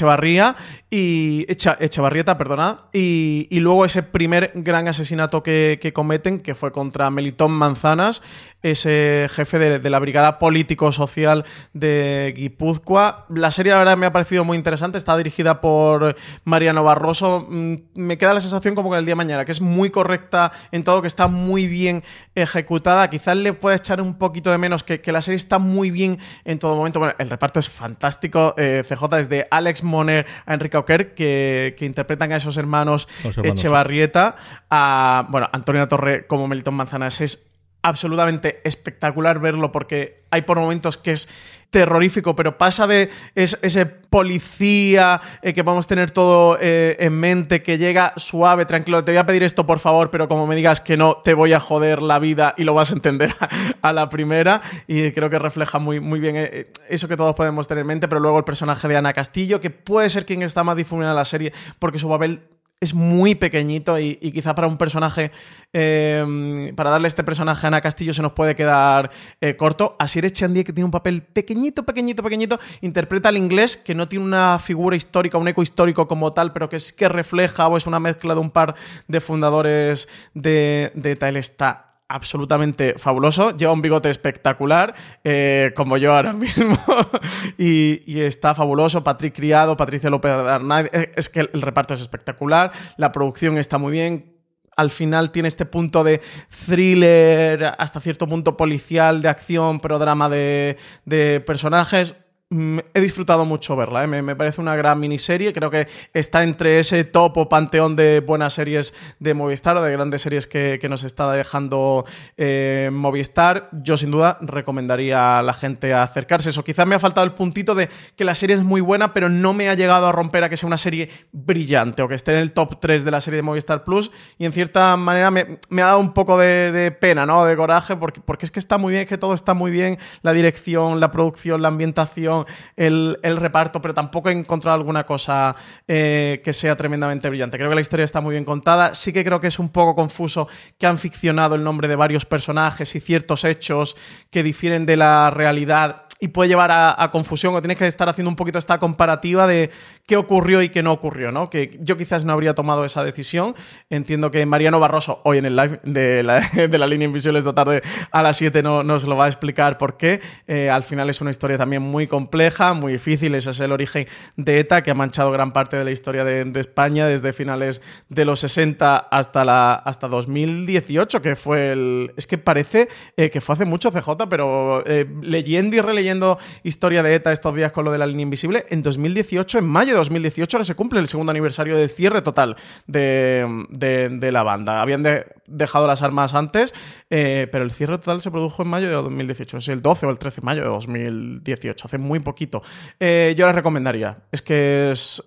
Echevarrieta, y luego ese primer gran asesinato que cometen, que fue contra Melitón Manzanas, ese jefe de la brigada político-social de Guipúzcoa. La serie, la verdad, me ha parecido muy interesante. Está dirigida por Mariano Barroso. Me queda la sensación como que el día de mañana, que es muy correcta en todo, que está muy bien ejecutada. Quizás le pueda echar un poquito de menos que la serie está muy bien en todo momento. Bueno, el reparto es fantástico. CJ, desde Alex Moner a Enrique Auquer, que interpretan a esos hermanos Echevarrieta, a Antonio Torre como Melitón Manzanas. Es absolutamente espectacular verlo porque hay por momentos que es terrorífico, pero pasa de ese policía que podemos tener todo en mente, que llega suave, tranquilo, te voy a pedir esto por favor, pero como me digas que no, te voy a joder la vida y lo vas a entender a la primera, y creo que refleja muy, muy bien eso que todos podemos tener en mente. Pero luego el personaje de Ana Castillo, que puede ser quien está más difuminado en la serie porque su papel es muy pequeñito y quizá para un personaje, para darle este personaje a Ana Castillo se nos puede quedar corto. Asier Echandía, que tiene un papel pequeñito, interpreta al inglés, que no tiene una figura histórica, un eco histórico como tal, pero que sí que refleja o es una mezcla de un par de fundadores de ETA. Él está absolutamente fabuloso, lleva un bigote espectacular, como yo ahora mismo, y está fabuloso. Patrick Criado, Patricia López Arnaiz, es que el reparto es espectacular, la producción está muy bien. Al final tiene este punto de thriller, hasta cierto punto policial, de acción, pero drama de personajes. He disfrutado mucho verla, me parece una gran miniserie. Creo que está entre ese top o panteón de buenas series de Movistar o de grandes series que nos está dejando Movistar. Yo sin duda recomendaría a la gente acercarse. Eso, quizás me ha faltado el puntito de que la serie es muy buena, pero no me ha llegado a romper a que sea una serie brillante o que esté en el top 3 de la serie de Movistar Plus, y en cierta manera me ha dado un poco de pena, ¿no? De coraje, porque es que está muy bien, es que todo está muy bien, la dirección, la producción, la ambientación, el reparto, pero tampoco he encontrado alguna cosa que sea tremendamente brillante. Creo que la historia está muy bien contada. Sí que creo que es un poco confuso que han ficcionado el nombre de varios personajes y ciertos hechos que difieren de la realidad, y puede llevar a confusión, o tienes que estar haciendo un poquito esta comparativa de qué ocurrió y qué no ocurrió, ¿no? Que yo quizás no habría tomado esa decisión. Entiendo que Mariano Barroso, hoy en el live de la Línea Invisible esta tarde a las 7, nos lo va a explicar por qué. Al final es una historia también muy compleja, muy difícil. Ese es el origen de ETA, que ha manchado gran parte de la historia de España desde finales de los 60 hasta 2018, que fue es que parece que fue hace mucho, CJ, pero leyendo y releyendo leyendo historia de ETA estos días con lo de la línea invisible. En 2018, en mayo de 2018, ahora se cumple el segundo aniversario del cierre total de la banda. Habían dejado las armas antes, pero el cierre total se produjo en mayo de 2018. Es el 12 o el 13 de mayo de 2018, hace muy poquito. Yo les recomendaría. Es que es...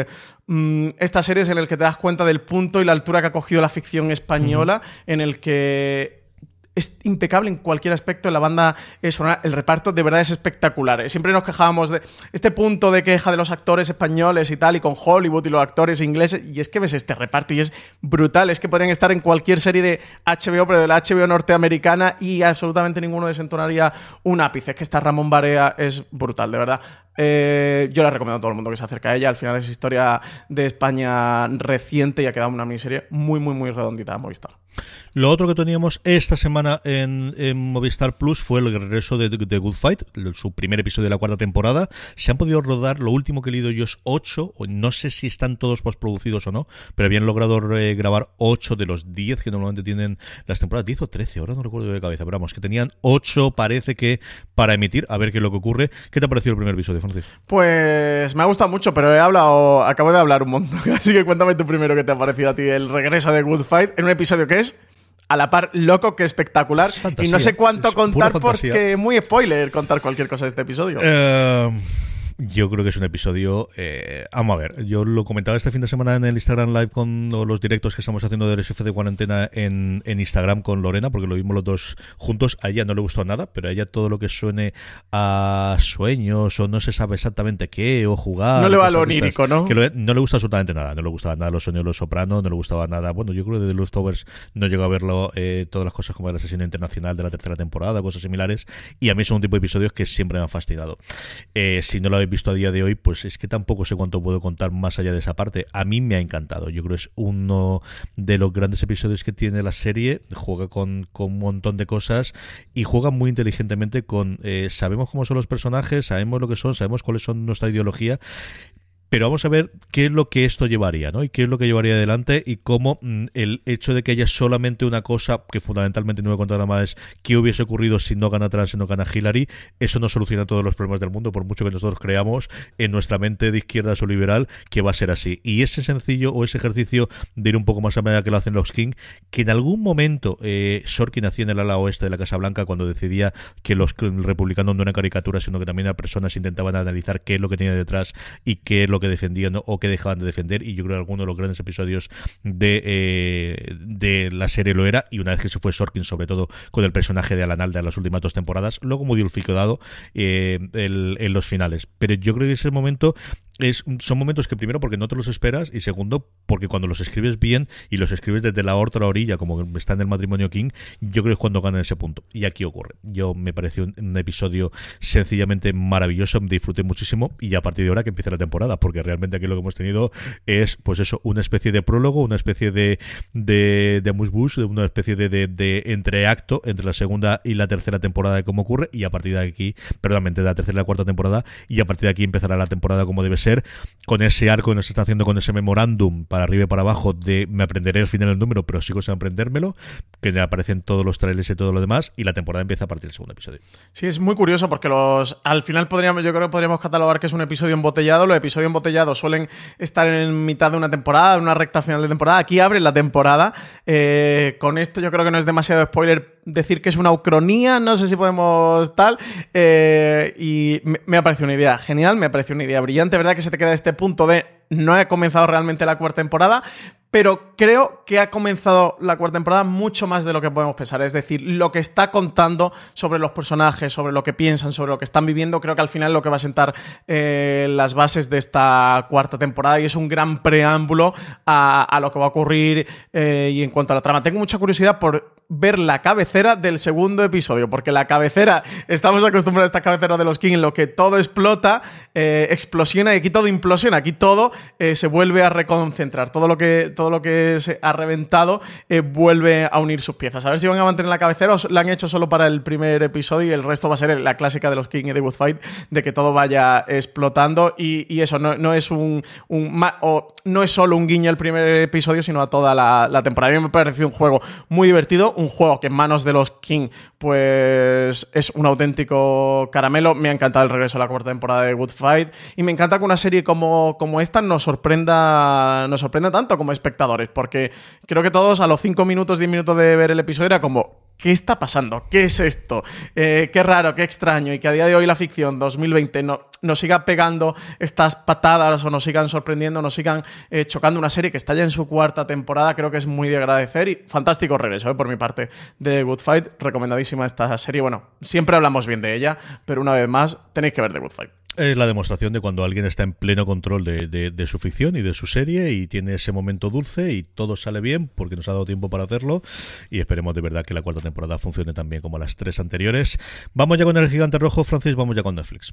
esta serie es en la que te das cuenta del punto y la altura que ha cogido la ficción española, en el que es impecable en cualquier aspecto. La banda sonora, el reparto de verdad es espectacular. Siempre nos quejábamos de este punto de queja de los actores españoles y tal, y con Hollywood y los actores ingleses, y es que ves este reparto y es brutal. Es que podrían estar en cualquier serie de HBO, pero de la HBO norteamericana, y absolutamente ninguno desentonaría un ápice. Es que esta Ramón Barea es brutal, de verdad. Yo la recomiendo a todo el mundo que se acerque a ella. Al final es historia de España reciente y ha quedado una miniserie muy, muy, muy redondita de Movistar. Lo otro que teníamos esta semana en Movistar Plus fue el regreso de Good Fight, su primer episodio de la 4ª temporada. Se han podido rodar, lo último que he leído yo es 8, no sé si están todos postproducidos o no, pero habían logrado grabar 8 de los 10 que normalmente tienen las temporadas, 10 o 13, ahora no recuerdo de cabeza, pero vamos, que tenían 8, parece que, para emitir, a ver qué es lo que ocurre. ¿Qué te ha parecido el primer episodio, Francis? Pues me ha gustado mucho, pero acabo de hablar un montón, así que cuéntame tú primero qué te ha parecido a ti el regreso de Good Fight en un episodio que es a la par loco que espectacular. Y no sé cuánto contar porque es muy spoiler contar cualquier cosa de este episodio. Yo creo que es un episodio... vamos a ver, yo lo comentaba este fin de semana en el Instagram Live con los directos que estamos haciendo del SF de cuarentena en Instagram con Lorena, porque lo vimos los dos juntos. A ella no le gustó nada, pero a ella todo lo que suene a sueños o no se sabe exactamente qué, o jugar... No le va lo onírico, ¿no? Que no le gusta absolutamente nada. No le gustaba nada los sueños de Los Sopranos, no le gustaba nada... Bueno, yo creo que de The Leftovers no llegó a verlo, todas las cosas como el asesino internacional de la 3ª temporada, cosas similares, y a mí son un tipo de episodios que siempre me han fascinado. Si no lo habéis visto a día de hoy, pues es que tampoco sé cuánto puedo contar más allá de esa parte. A mí me ha encantado. Yo creo que es uno de los grandes episodios que tiene la serie. Juega con un montón de cosas y juega muy inteligentemente con... sabemos cómo son los personajes, sabemos lo que son, sabemos cuáles son nuestra ideología, pero vamos a ver qué es lo que esto llevaría, ¿no? Y qué es lo que llevaría adelante, y cómo el hecho de que haya solamente una cosa, que fundamentalmente no he contado nada más, qué hubiese ocurrido si no gana Trump, si no gana Hillary, eso no soluciona todos los problemas del mundo, por mucho que nosotros creamos en nuestra mente de izquierdas o liberal que va a ser así. Y ese sencillo, o ese ejercicio de ir un poco más a medida que lo hacen los King, que en algún momento Sorkin hacía en el ala oeste de la Casa Blanca, cuando decidía que los republicanos no eran caricaturas, sino que también eran personas, intentaban analizar qué es lo que tenía detrás y qué es lo que defendían o que dejaban de defender, y yo creo que alguno de los grandes episodios de la serie lo era. Y una vez que se fue Sorkin, sobre todo con el personaje de Alan Alda en las últimas 2 temporadas, luego modificado en los finales, pero yo creo que ese momento son momentos que, primero, porque no te los esperas, y segundo, porque cuando los escribes bien y los escribes desde la otra orilla, como está en el matrimonio King, yo creo que es cuando ganan ese punto. Y aquí ocurre. Me pareció un episodio sencillamente maravilloso, disfruté muchísimo, y a partir de ahora que empieza la temporada, porque realmente aquí lo que hemos tenido es, pues eso, una especie de prólogo, una especie de amuse-bouche, una especie de entreacto entre la segunda y la tercera temporada de cómo ocurre, y a partir de aquí, entre la tercera y la 4ª temporada, y a partir de aquí empezará la temporada como debe ser, con ese arco que nos está haciendo, con ese memorándum para arriba y para abajo de me aprenderé el final del número, pero sigo sin aprendérmelo, que me aparecen todos los trailers y todo lo demás, y la temporada empieza a partir del segundo episodio. Sí, es muy curioso porque al final yo creo que podríamos catalogar que es un episodio embotellado. Los episodios embotellados suelen estar en mitad de una temporada, en una recta final de temporada. Aquí abren la temporada. Con esto yo creo que no es demasiado spoiler decir que es una ucronía, no sé si podemos tal, y me ha parecido una idea genial, me ha parecido una idea brillante, ¿verdad? Que se te queda este punto de no ha comenzado realmente la 4ª temporada, pero creo que ha comenzado la 4ª temporada mucho más de lo que podemos pensar. Es decir, lo que está contando sobre los personajes, sobre lo que piensan, sobre lo que están viviendo, creo que al final es lo que va a sentar las bases de esta 4ª temporada, y es un gran preámbulo a lo que va a ocurrir. Y en cuanto a la trama, tengo mucha curiosidad por ver la cabecera del segundo episodio, porque la cabecera, estamos acostumbrados a esta cabecera de los King en lo que todo explota, explosiona, y aquí todo implosiona, aquí todo se vuelve a reconcentrar, todo lo que todo lo que se ha reventado vuelve a unir sus piezas. A ver si van a mantener la cabecera o la han hecho solo para el primer episodio y el resto va a ser la clásica de los King y The Good Fight, de que todo vaya explotando y eso no es no es solo un guiño al primer episodio, sino a toda la temporada. A mí me ha parecido un juego muy divertido, un juego que en manos de los King pues es un auténtico caramelo. Me ha encantado el regreso a la cuarta temporada de Good Fight y me encanta que una serie como esta nos sorprenda tanto como espectadores, porque creo que todos a los 5 minutos, 10 minutos de ver el episodio era como, ¿qué está pasando? ¿Qué es esto? Qué raro, qué extraño, y que a día de hoy la ficción 2020 nos siga pegando estas patadas o nos sigan sorprendiendo, nos sigan chocando una serie que está ya en su cuarta temporada, creo que es muy de agradecer y fantástico regreso por mi parte de Good Fight. Recomendadísima esta serie. Bueno, siempre hablamos bien de ella, pero una vez más tenéis que ver The Good Fight. Es la demostración de cuando alguien está en pleno control de su ficción y de su serie y tiene ese momento dulce y todo sale bien porque nos ha dado tiempo para hacerlo, y esperemos de verdad que la cuarta temporada funcione tan bien como las 3 anteriores. Vamos ya con el gigante rojo, Francis, vamos ya con Netflix.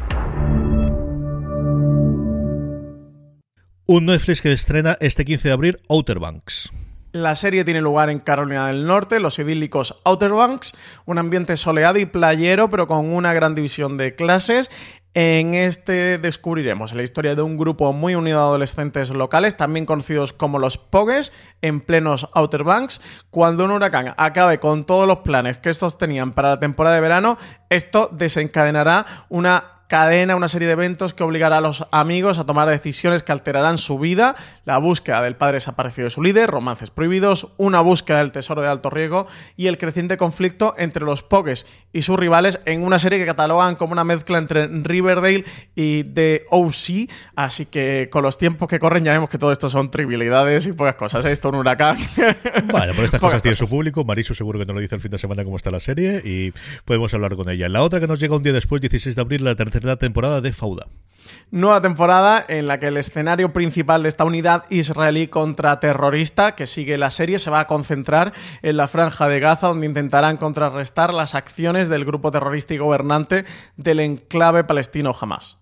Un Netflix que estrena este 15 de abril, Outer Banks. La serie tiene lugar en Carolina del Norte, los idílicos Outer Banks, un ambiente soleado y playero, pero con una gran división de clases. En este descubriremos la historia de un grupo muy unido de adolescentes locales, también conocidos como los Pogues, en plenos Outer Banks. Cuando un huracán acabe con todos los planes que estos tenían para la temporada de verano, esto desencadenará una serie de eventos que obligará a los amigos a tomar decisiones que alterarán su vida: la búsqueda del padre desaparecido de su líder, romances prohibidos, una búsqueda del tesoro de alto riesgo y el creciente conflicto entre los Pogues y sus rivales, en una serie que catalogan como una mezcla entre Riverdale y The O.C. Así que con los tiempos que corren ya vemos que todo esto son trivialidades y pocas cosas. Esto un huracán. Vale, por estas cosas tiene su público. Marisu seguro que nos lo dice el fin de semana cómo está la serie y podemos hablar con ella. La otra que nos llega un día después, 16 de abril, la tercera temporada de Fauda. Nueva temporada en la que el escenario principal de esta unidad israelí contraterrorista que sigue la serie se va a concentrar en la Franja de Gaza, donde intentarán contrarrestar las acciones del grupo terrorista y gobernante del enclave palestino Hamas.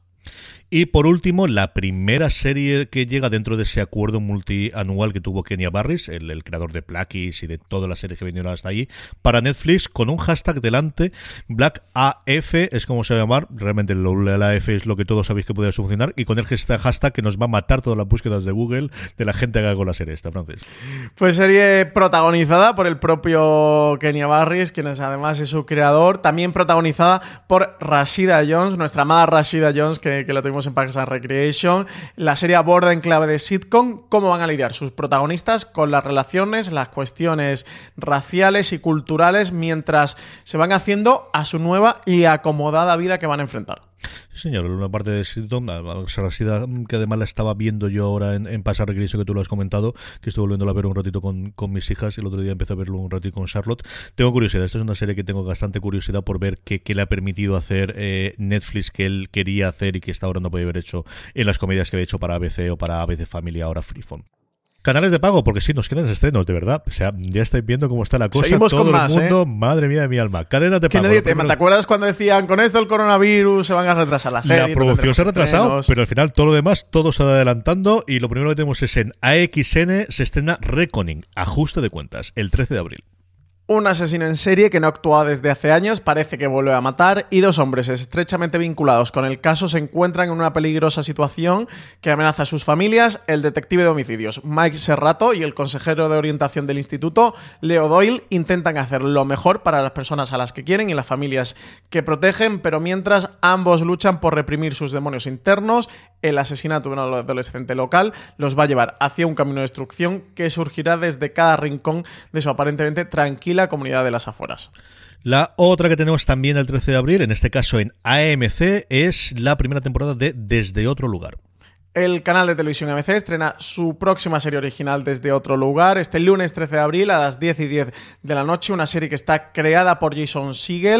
Y por último, la primera serie que llega dentro de ese acuerdo multianual que tuvo Kenya Barris, el creador de Blackies y de todas las series que vinieron hasta allí, para Netflix, con un hashtag delante, BlackAF, es como se va a llamar, realmente la AF es lo que todos sabéis que puede funcionar, y con el hashtag que nos va a matar todas las búsquedas de Google de la gente que haga con la serie esta, Francis. Pues serie protagonizada por el propio Kenya Barris, quien es además es su creador, también protagonizada por Rashida Jones, nuestra amada Rashida Jones, que la tuvimos en Parks and Recreation. La serie aborda en clave de sitcom cómo van a lidiar sus protagonistas con las relaciones, las cuestiones raciales y culturales mientras se van haciendo a su nueva y acomodada vida que van a enfrentar. Sí, señor, una parte de sitcom, que además la estaba viendo yo ahora en Parks and Recreation, que tú lo has comentado, que estuve volviéndola a ver un ratito con mis hijas, y el otro día empecé a verlo un ratito con Charlotte. Tengo curiosidad, esta es una serie que tengo bastante curiosidad por ver qué le ha permitido hacer Netflix, que él quería hacer y que hasta ahora no podía haber hecho en las comedias que había hecho para ABC o para ABC Family, ahora Freeform. Canales de pago, porque sí, nos quedan estrenos, de verdad. O sea, ya estáis viendo cómo está la cosa. Seguimos todo con más, el mundo, madre mía de mi alma. Cadenas de que pago. Nadie ¿Te acuerdas cuando decían con esto el coronavirus se van a retrasar la serie? La producción se ha retrasado, pero al final todo lo demás, todo se va adelantando, y lo primero que tenemos es en AXN se estrena Reckoning, ajuste de cuentas, el 13 de abril. Un asesino en serie que no actúa desde hace años parece que vuelve a matar, y dos hombres estrechamente vinculados con el caso se encuentran en una peligrosa situación que amenaza a sus familias. El detective de homicidios Mike Serrato y el consejero de orientación del instituto Leo Doyle intentan hacer lo mejor para las personas a las que quieren y las familias que protegen, pero mientras ambos luchan por reprimir sus demonios internos, el asesinato de un adolescente local los va a llevar hacia un camino de destrucción que surgirá desde cada rincón de su aparentemente tranquila comunidad de las afueras. La otra que tenemos también el 13 de abril, en este caso en AMC, es la primera temporada de Desde Otro Lugar. El canal de televisión AMC estrena su próxima serie original Desde Otro Lugar este lunes 13 de abril a las 10:10 de la noche, una serie que está creada por Jason Segel,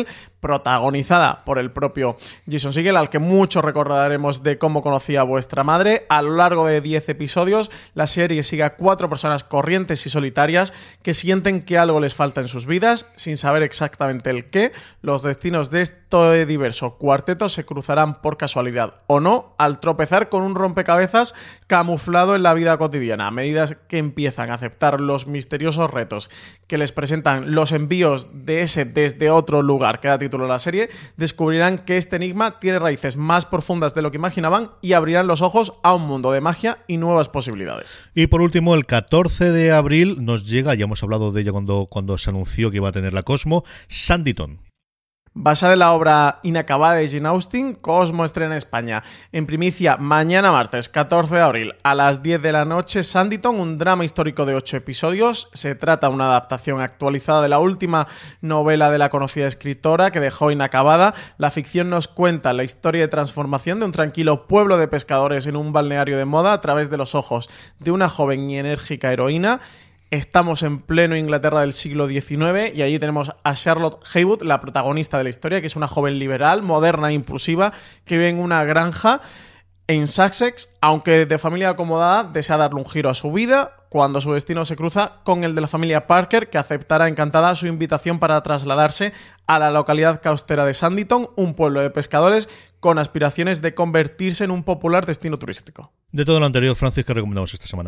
protagonizada por el propio Jason Segel, al que mucho recordaremos de Cómo conocí a vuestra madre. A lo largo de 10 episodios, la serie sigue a 4 personas corrientes y solitarias que sienten que algo les falta en sus vidas, sin saber exactamente el qué. Los destinos de este diverso cuarteto se cruzarán por casualidad o no al tropezar con un rompecabezas camuflado en la vida cotidiana. A medida que empiezan a aceptar los misteriosos retos que les presentan los envíos de ese desde otro lugar que da título a la serie, descubrirán que este enigma tiene raíces más profundas de lo que imaginaban y abrirán los ojos a un mundo de magia y nuevas posibilidades. Y por último, el 14 de abril nos llega, ya hemos hablado de ella cuando se anunció que iba a tener la Cosmo, Sanditon. Basada en la obra inacabada de Jane Austen, Cosmo estrena en España en primicia mañana martes 14 de abril a las 10 de la noche. Sanditon, un drama histórico de 8 episodios. Se trata de una adaptación actualizada de la última novela de la conocida escritora que dejó inacabada. La ficción nos cuenta la historia de transformación de un tranquilo pueblo de pescadores en un balneario de moda a través de los ojos de una joven y enérgica heroína. Estamos en pleno Inglaterra del siglo XIX y allí tenemos a Charlotte Haywood, la protagonista de la historia, que es una joven liberal, moderna e impulsiva, que vive en una granja en Sussex, aunque de familia acomodada, desea darle un giro a su vida cuando su destino se cruza con el de la familia Parker, que aceptará encantada su invitación para trasladarse a la localidad costera de Sanditon, un pueblo de pescadores con aspiraciones de convertirse en un popular destino turístico. De todo lo anterior, Francis, ¿qué recomendamos esta semana?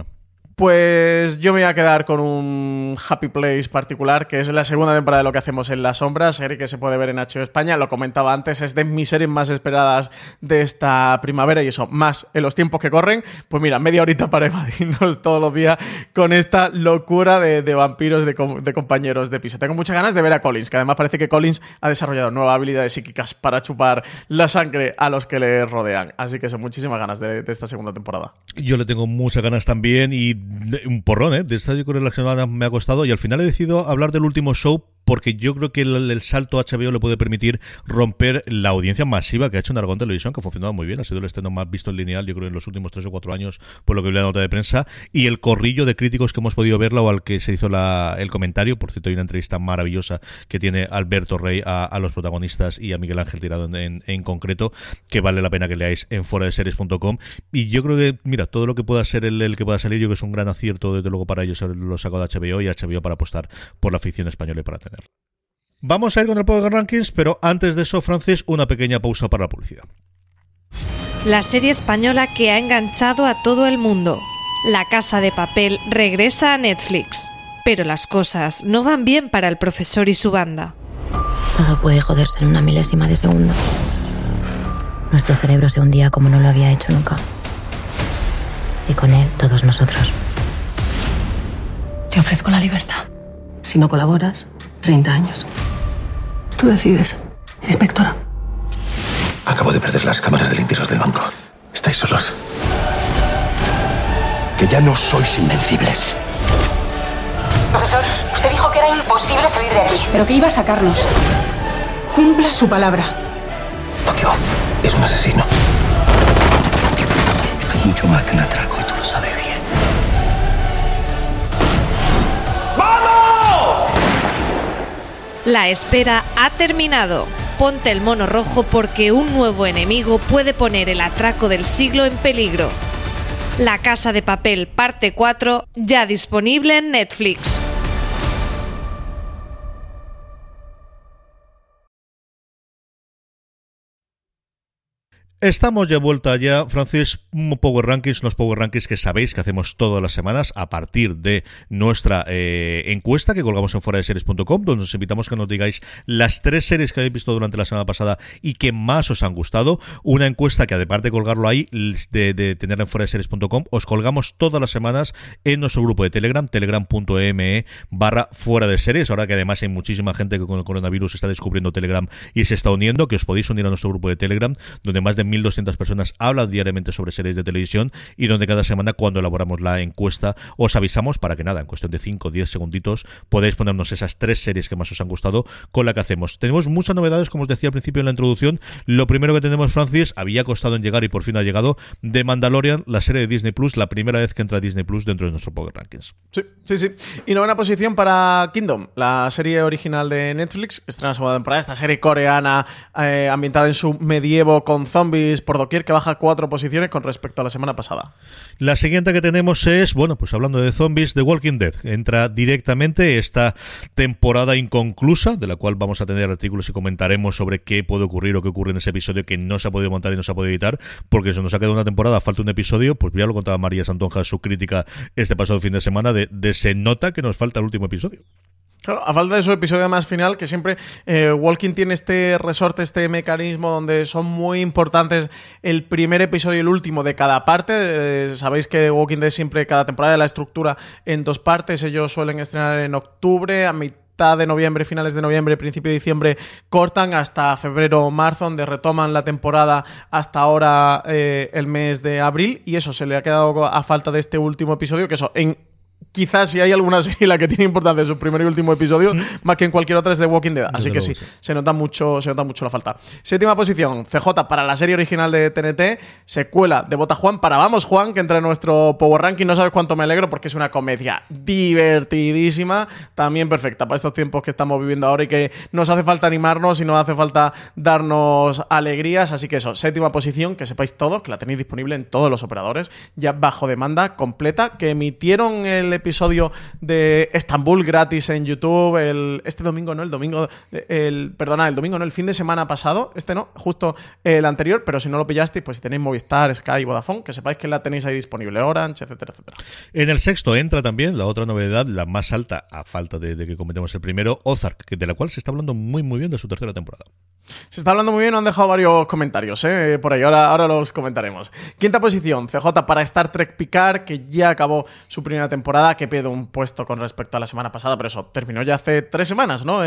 Pues yo me voy a quedar con un Happy Place particular, que es la segunda temporada de Lo que hacemos en la sombra, serie que se puede ver en HBO España. Lo comentaba antes, es de mis series más esperadas de esta primavera y eso, más en los tiempos que corren. Pues mira, media horita para evadirnos todos los días con esta locura de vampiros de compañeros de piso. Tengo muchas ganas de ver a Collins, que además parece que Collins ha desarrollado nuevas habilidades psíquicas para chupar la sangre a los que le rodean. Así que son muchísimas ganas de esta segunda temporada. Yo le tengo muchas ganas también y un porrón, de esta yo creo que la semana me ha costado y al final he decidido hablar del último show porque yo creo que el salto a HBO le puede permitir romper la audiencia masiva que ha hecho en Aragón Televisión, que ha funcionado muy bien, ha sido el estreno más visto en lineal, yo creo, en los últimos 3 o 4 años, por lo que vi la nota de prensa, y el corrillo de críticos que hemos podido verla o al que se hizo el comentario. Por cierto, hay una entrevista maravillosa que tiene Alberto Rey a los protagonistas y a Miguel Ángel Tirado en concreto, que vale la pena que leáis en foradeseries.com, y yo creo que, mira, todo lo que pueda ser el que pueda salir, yo creo que es un gran acierto, desde luego, para ellos lo sacado de HBO y HBO para apostar por la ficción española y para tener. Vamos a ir con el Power Rankings, pero antes de eso, Francis, una pequeña pausa para la publicidad. La serie española que ha enganchado a todo el mundo. La Casa de Papel regresa a Netflix. Pero las cosas no van bien para el profesor y su banda. Todo puede joderse en una milésima de segundo. Nuestro cerebro se hundía como no lo había hecho nunca. Y con él, todos nosotros. Te ofrezco la libertad. Si no colaboras, 30 años. Tú decides, inspectora. Acabo de perder las cámaras del interior del banco. Estáis solos. Que ya no sois invencibles. Profesor, usted dijo que era imposible salir de aquí, pero que iba a sacarnos. Cumpla su palabra. Tokio es un asesino. Esto es mucho más que un atraco y tú lo sabes bien. La espera ha terminado. Ponte el mono rojo porque un nuevo enemigo puede poner el atraco del siglo en peligro. La Casa de Papel parte 4, ya disponible en Netflix. Estamos de vuelta ya, Francis, Power Rankings, los Power Rankings que sabéis que hacemos todas las semanas a partir de nuestra encuesta que colgamos en foradeseries.com, donde os invitamos a que nos digáis las 3 series que habéis visto durante la semana pasada y que más os han gustado. Una encuesta que, además de colgarlo ahí, de tenerla en foradeseries.com, os colgamos todas las semanas en nuestro grupo de Telegram, telegram.me/fueradeseries, ahora que además hay muchísima gente que con el coronavirus está descubriendo Telegram y se está uniendo, que os podéis unir a nuestro grupo de Telegram, donde más de 1.200 personas hablan diariamente sobre series de televisión y donde cada semana, cuando elaboramos la encuesta, os avisamos para que nada, en cuestión de 5 o 10 segunditos, podéis ponernos esas 3 series que más os han gustado con la que hacemos. Tenemos muchas novedades, como os decía al principio en la introducción. Lo primero que tenemos, Francis, había costado en llegar y por fin ha llegado, The Mandalorian, la serie de Disney Plus, la primera vez que entra Disney Plus dentro de nuestro Power Rankings. Sí. Y novena posición para Kingdom, la serie original de Netflix, estrena segunda temporada, esta serie coreana ambientada en su medievo con zombies por doquier, que baja 4 posiciones con respecto a la semana pasada. La siguiente que tenemos es, bueno, pues hablando de zombies, The Walking Dead. Entra directamente esta temporada inconclusa, de la cual vamos a tener artículos y comentaremos sobre qué puede ocurrir o qué ocurre en ese episodio que no se ha podido montar y no se ha podido editar, porque se nos ha quedado una temporada, falta un episodio. Pues ya lo contaba María Santonja, su crítica este pasado fin de semana, de se nota que nos falta el último episodio. Claro, a falta de su episodio más final, que siempre Walking tiene este resorte, este mecanismo donde son muy importantes el primer episodio y el último de cada parte. Sabéis que Walking Dead siempre, cada temporada de la estructura en 2 partes. Ellos suelen estrenar en octubre, a mitad de noviembre, finales de noviembre, principio de diciembre, cortan hasta febrero o marzo, donde retoman la temporada hasta ahora el mes de abril. Y eso se le ha quedado a falta de este último episodio, que eso quizás si hay alguna serie en la que tiene importancia su primer y último episodio, más que en cualquier otra, es The Walking Dead. Así que sí, se nota mucho la falta. Séptima posición, CJ para la serie original de TNT, secuela de Bota Juan para Vamos Juan, que entra en nuestro Power Ranking. No sabes cuánto me alegro porque es una comedia divertidísima, también perfecta para estos tiempos que estamos viviendo ahora y que nos hace falta animarnos y nos hace falta darnos alegrías. Así que eso, séptima posición, que sepáis todos que la tenéis disponible en todos los operadores, ya bajo demanda completa, que emitieron el episodio de Estambul gratis en YouTube el fin de semana pasado, justo el anterior, pero si no lo pillasteis, pues si tenéis Movistar, Sky, Vodafone, que sepáis que la tenéis ahí disponible, Orange, etcétera. En el sexto entra también la otra novedad, la más alta, a falta de que comentemos el primero, Ozark, de la cual se está hablando muy bien de su tercera temporada. Se está hablando muy bien, han dejado varios comentarios por ahí, ahora los comentaremos. Quinta posición, CJ para Star Trek Picard, que ya acabó su primera temporada, que pierde un puesto con respecto a la semana pasada, pero eso, terminó ya hace 3 semanas, ¿no?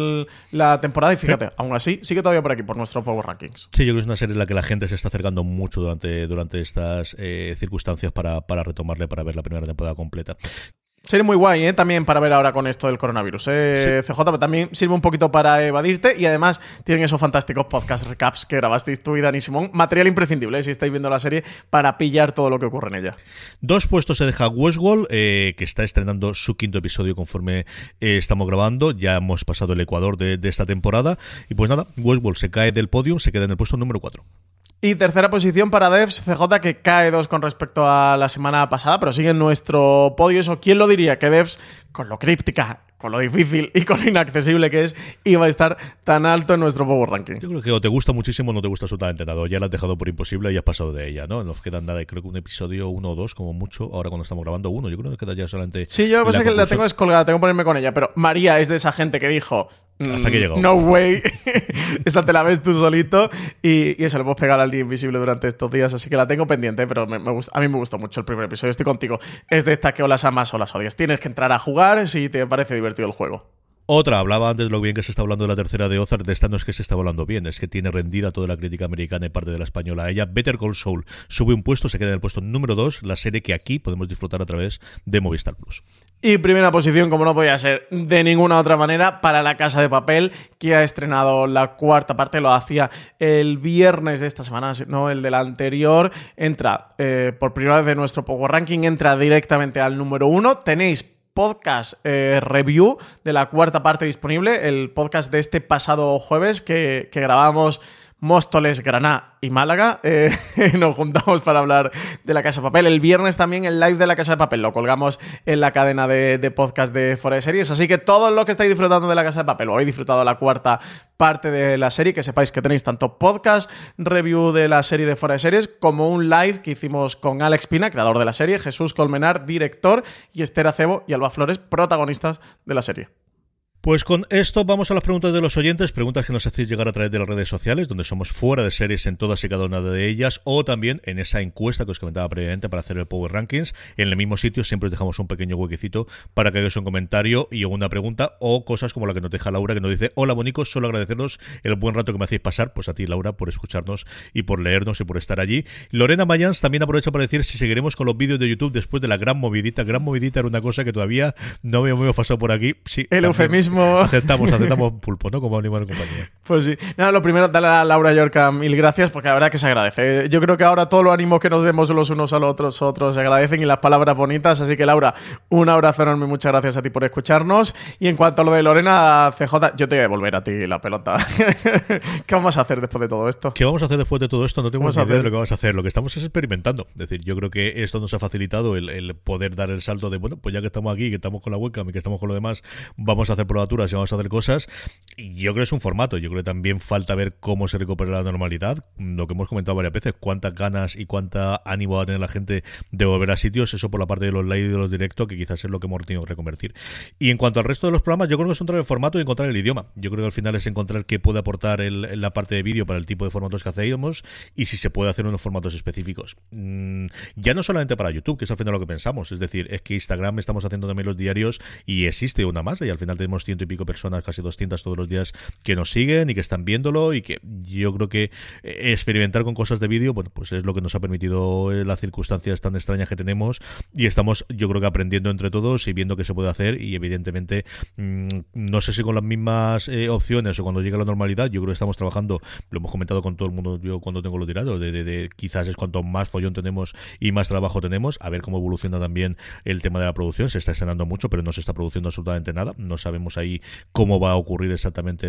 La temporada, y fíjate, aún así, sigue todavía por aquí, por nuestro Power Rankings. Sí, yo creo que es una serie en la que la gente se está acercando mucho durante estas circunstancias para retomarle, para ver la primera temporada completa. Sería muy guay, también para ver ahora con esto del coronavirus. Sí. CJ, pero también sirve un poquito para evadirte y además tienen esos fantásticos podcast recaps que grabasteis tú y Dani Simón. Material imprescindible, si estáis viendo la serie, para pillar todo lo que ocurre en ella. 2 puestos se deja Westworld, que está estrenando su 5º episodio conforme estamos grabando. Ya hemos pasado el Ecuador de esta temporada. Y pues nada, Westworld se cae del podium, se queda en el puesto número 4. Y tercera posición para Devs, CJ, que cae 2 con respecto a la semana pasada, pero sigue en nuestro podio. Eso, ¿quién lo diría? Que Devs, con lo críptica, con lo difícil y con lo inaccesible que es, iba a estar tan alto en nuestro Power Ranking. Yo creo que o te gusta muchísimo o no te gusta absolutamente nada. Ya la has dejado por imposible y has pasado de ella, ¿no? Nos quedan nada, creo que un episodio 1 o 2 como mucho. Ahora cuando estamos grabando 1, yo creo que nos queda ya solamente... Sí, yo pensé que la tengo descolgada, tengo que ponerme con ella, pero María es de esa gente que dijo... Hasta que llegó. No way. Esta te la ves tú solito y eso, le puedes pegar al día invisible durante estos días, así que la tengo pendiente, pero a mí me gustó mucho el primer episodio. Estoy contigo. Es de esta que o las amas o las odias. Tienes que entrar a jugar si te parece divertido el juego. Otra, hablaba antes de lo bien que se está hablando de la tercera de Ozark. De esta no es que se está hablando bien, es que tiene rendida toda la crítica americana y parte de la española a ella. Better Call Saul sube un puesto, se queda en el puesto número 2, la serie que aquí podemos disfrutar a través de Movistar Plus. Y primera posición, como no podía ser de ninguna otra manera, para La Casa de Papel, que ha estrenado la 4ª parte, lo hacía el viernes de esta semana, no el de la anterior. Entra por primera vez en nuestro Power Ranking, entra directamente al número 1. Tenéis podcast review de la 4ª parte disponible, el podcast de este pasado jueves que grabamos Móstoles, Granada y Málaga. Nos juntamos para hablar de La Casa de Papel. El viernes también el live de La Casa de Papel lo colgamos en la cadena de podcast de Fuera de Series, así que todos los que estáis disfrutando de La Casa de Papel o habéis disfrutado la 4ª parte de la serie, que sepáis que tenéis tanto podcast review de la serie de Fuera de Series como un live que hicimos con Alex Pina, creador de la serie, Jesús Colmenar, director, y Esther Acebo y Alba Flores, protagonistas de la serie. Pues con esto vamos a las preguntas de los oyentes, preguntas que nos hacéis llegar a través de las redes sociales, donde somos Fuera de Series en todas y cada una de ellas, o también en esa encuesta que os comentaba previamente para hacer el Power Rankings. En el mismo sitio siempre os dejamos un pequeño huequecito para que hagáis un comentario y una pregunta, o cosas como la que nos deja Laura, que nos dice: hola bonicos, solo agradeceros el buen rato que me hacéis pasar. Pues a ti, Laura, por escucharnos y por leernos y por estar allí. Lorena Mayans también aprovecha para decir si seguiremos con los vídeos de YouTube después de la gran movidita. Gran movidita era una cosa que todavía no habíamos pasado por aquí. Sí, el eufemismo. Aceptamos pulpo, ¿no? Como animal en compañía. Pues sí. Nada, lo primero, darle a Laura Yorca mil gracias, porque la verdad que se agradece. Yo creo que ahora todos los ánimos que nos demos los unos a los otros se agradecen, y las palabras bonitas. Así que, Laura, un abrazo enorme y muchas gracias a ti por escucharnos. Y en cuanto a lo de Lorena, CJ, yo te voy a devolver a ti la pelota. ¿Qué vamos a hacer después de todo esto? ¿Qué vamos a hacer después de todo esto? No tengo ni idea de lo que vamos a hacer. Lo que estamos es experimentando. Es decir, yo creo que esto nos ha facilitado el poder dar el salto de, bueno, pues ya que estamos aquí, que estamos con la webcam y que estamos con lo demás, vamos a hacer probaturas y vamos a hacer cosas. Y yo creo que es un formato. Yo creo que también falta ver cómo se recupera la normalidad. Lo que hemos comentado varias veces, cuántas ganas y cuánta ánimo va a tener la gente de volver a sitios. Eso por la parte de los live y de los directos, que quizás es lo que hemos tenido que reconvertir. Y en cuanto al resto de los programas, yo creo que es encontrar el formato y encontrar el idioma. Yo creo que al final es encontrar qué puede aportar la parte de vídeo para el tipo de formatos que hacemos, y si se puede hacer unos formatos específicos. Ya no solamente para YouTube, que es al final lo que pensamos. Es decir, es que Instagram estamos haciendo también los diarios y existe una masa, y al final tenemos 100 y pico personas, casi 200 todos los días, que nos siguen y que están viéndolo, y que yo creo que experimentar con cosas de vídeo, bueno, pues es lo que nos ha permitido las circunstancias tan extrañas que tenemos, y estamos, yo creo que aprendiendo entre todos y viendo qué se puede hacer. Y evidentemente no sé si con las mismas opciones o cuando llegue la normalidad. Yo creo que estamos trabajando, lo hemos comentado con todo el mundo, yo cuando tengo lo tirado, de quizás es cuanto más follón tenemos y más trabajo tenemos, a ver cómo evoluciona también el tema de la producción. Se está estrenando mucho, pero no se está produciendo absolutamente nada. No sabemos ahí cómo va a ocurrir exactamente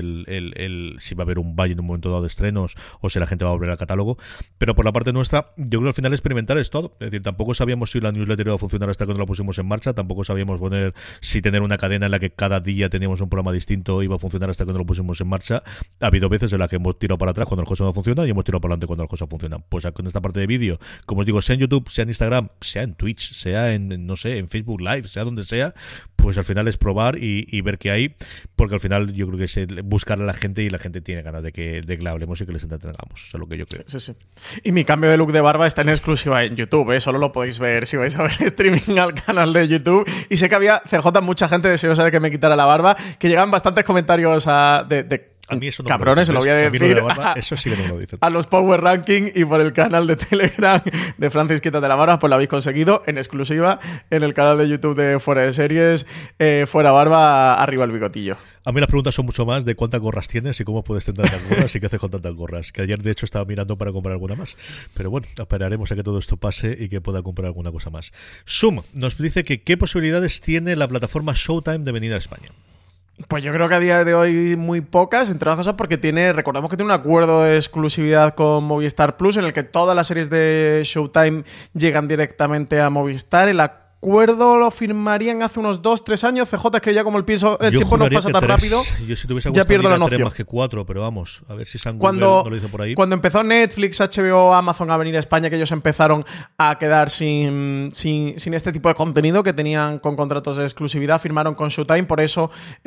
si va a haber un valle en un momento dado de estrenos o si la gente va a volver al catálogo. Pero por la parte nuestra, yo creo que al final experimentar es todo. Es decir, tampoco sabíamos si la newsletter iba a funcionar hasta que no la pusimos en marcha, tampoco sabíamos si tener una cadena en la que cada día teníamos un programa distinto iba a funcionar hasta que no lo pusimos en marcha. Ha habido veces en las que hemos tirado para atrás cuando las cosas no funcionan y hemos tirado para adelante cuando las cosas funcionan. Pues con esta parte de vídeo, como os digo, sea en YouTube, sea en Instagram, sea en Twitch, sea en, no sé, en Facebook Live, sea donde sea, pues al final es probar y ver qué hay, porque al final yo creo que es buscar a la gente, y la gente tiene ganas de que le hablemos y que les entretengamos. Eso es lo que yo creo. Sí, sí. Y mi cambio de look de barba está en exclusiva en YouTube, ¿eh? Solo lo podéis ver si vais a ver streaming al canal de YouTube. Y sé que había, CJ, mucha gente deseosa de que me quitara la barba, que llegan bastantes comentarios de a mí eso no cabrones, se lo voy a decir barba, eso sí que no me lo dicen. A los Power Ranking, y por el canal de Telegram de Francis Quítate la barba, pues lo habéis conseguido en exclusiva en el canal de YouTube de Fuera de Series. Fuera barba, arriba el bigotillo. A mí las preguntas son mucho más de cuántas gorras tienes y cómo puedes tener tantas gorras y qué haces con tantas gorras. Que ayer, de hecho, estaba mirando para comprar alguna más. Pero bueno, esperaremos a que todo esto pase y que pueda comprar alguna cosa más. Zoom nos dice que qué posibilidades tiene la plataforma Showtime de venir a España. Pues yo creo que a día de hoy muy pocas, entre otras cosas porque recordemos que tiene un acuerdo de exclusividad con Movistar Plus, en el que todas las series de Showtime llegan directamente a Movistar. El acuerdo lo firmarían hace unos 2-3 años. CJ, es que ya como el tiempo nos pasa tan rápido, yo si tuviese ya pierdo la noción. 3 más que 4, pero vamos, a ver si San Google no lo dice por ahí. Cuando empezó Netflix, HBO, Amazon a venir a España, que ellos empezaron a quedar sin este tipo de contenido que tenían con contratos de exclusividad, firmaron con Showtime. Por eso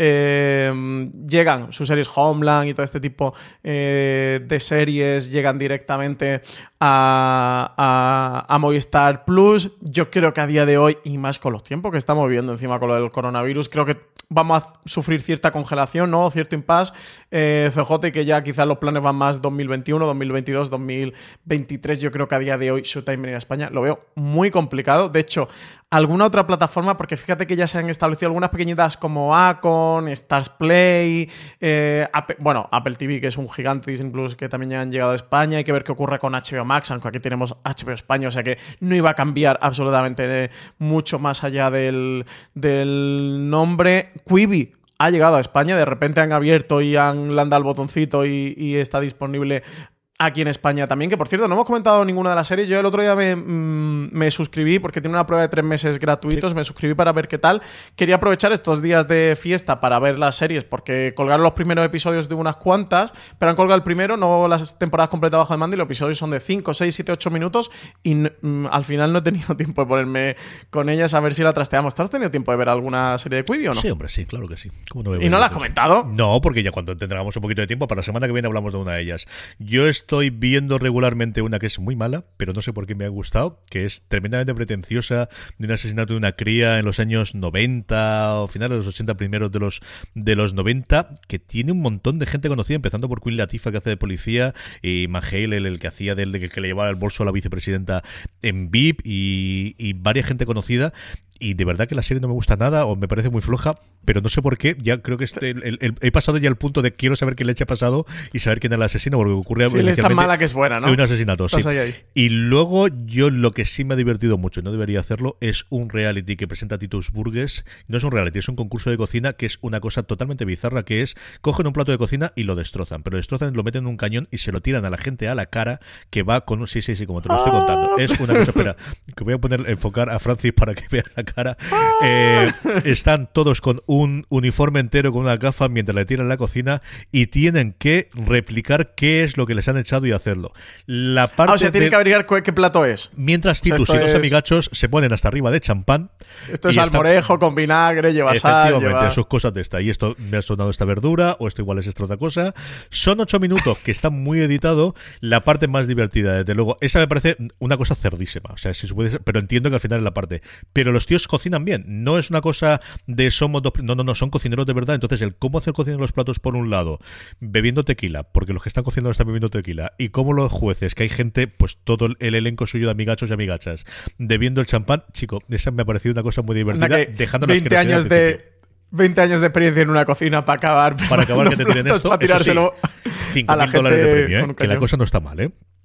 llegan sus series Homeland y todo este tipo de series, llegan directamente a Movistar Plus. Yo creo que a día de hoy, y más con los tiempos que estamos viviendo encima con lo del coronavirus, creo que vamos a sufrir cierta congelación, ¿no? Cierto impasse, CJ, y que ya quizás los planes van más 2021, 2022, 2023. Yo creo que a día de hoy Showtime venir a España lo veo muy complicado. De hecho, alguna otra plataforma, porque fíjate que ya se han establecido algunas pequeñitas como Acon, Stars Play, Apple TV, que es un gigante, Disney Plus, que también ya han llegado a España. Hay que ver qué ocurre con HBO Max, aunque aquí tenemos HBO España, o sea que no iba a cambiar absolutamente mucho más allá del nombre. Quibi ha llegado a España, de repente han abierto y le han dado el botoncito y está disponible aquí en España también, que por cierto no hemos comentado ninguna de las series. Yo el otro día me suscribí porque tiene una prueba de 3 meses gratuitos, sí. Me suscribí para ver qué tal. Quería aprovechar estos días de fiesta para ver las series porque colgaron los primeros episodios de unas cuantas, pero han colgado el primero, no las temporadas completas bajo demanda, y los episodios son de 5, 6, 7, 8 minutos y al final no he tenido tiempo de ponerme con ellas a ver si la trasteamos. ¿Tú has tenido tiempo de ver alguna serie de Quibi o no? Sí, hombre, sí, claro que sí. ¿Y no la has comentado? No, porque ya cuando tengamos un poquito de tiempo, para la semana que viene hablamos de una de ellas. Yo estoy viendo regularmente una que es muy mala, pero no sé por qué me ha gustado, que es tremendamente pretenciosa, de un asesinato de una cría en los años 90 o finales de los 80, primeros de los 90, que tiene un montón de gente conocida, empezando por Queen Latifah, que hace de policía, y Mahale, el que hacía del que le llevaba el bolso a la vicepresidenta en VIP, y varias gente conocida. Y de verdad que la serie no me gusta nada o me parece muy floja, pero no sé por qué. Ya creo que he pasado ya al punto de quiero saber qué leche ha pasado y saber quién es el asesino, porque ocurre sí, es tan mala que es buena, ¿no? Un asesinato, sí. Ahí. Y luego yo lo que sí me ha divertido mucho, y no debería hacerlo, es un reality que presenta Titus Burgess. No es un reality, es un concurso de cocina que es una cosa totalmente bizarra, que es cogen un plato de cocina y lo destrozan, pero lo destrozan, lo meten en un cañón y se lo tiran a la gente a la cara, que va con... Sí, como te lo estoy contando. Es una cosa, espera, que voy a enfocar a Francis para que vea la cara. Están todos con un uniforme entero, con una gafa, mientras le tiran la cocina y tienen que replicar qué es lo que les han echado y hacerlo. La parte o sea, tienen que averiguar qué plato es. Mientras Titus y dos amigachos se ponen hasta arriba de champán. Esto es salmorejo con vinagre, lleva sal. Efectivamente, sus cosas de esta. Y esto me ha sonado esta verdura, o esto igual es esta otra cosa. Son 8 minutos que está muy editado. La parte más divertida, desde luego. Esa me parece una cosa cerdísima. O sea, si se puede, pero entiendo que al final es la parte. Pero los tíos cocinan bien. No es una cosa de somos dos... No, son cocineros de verdad. Entonces, el cómo hacer cocinar los platos por un lado, bebiendo tequila, porque los que están cocinando están bebiendo tequila, y cómo los jueces, que hay gente, pues todo el elenco suyo de amigachos y amigachas, bebiendo el champán, chico, esa me ha parecido una cosa muy divertida, dejando 20 años de experiencia en una cocina para acabar que te tiren esto, para tirárselo sí, $5.000 de premio, que la cosa no está mal,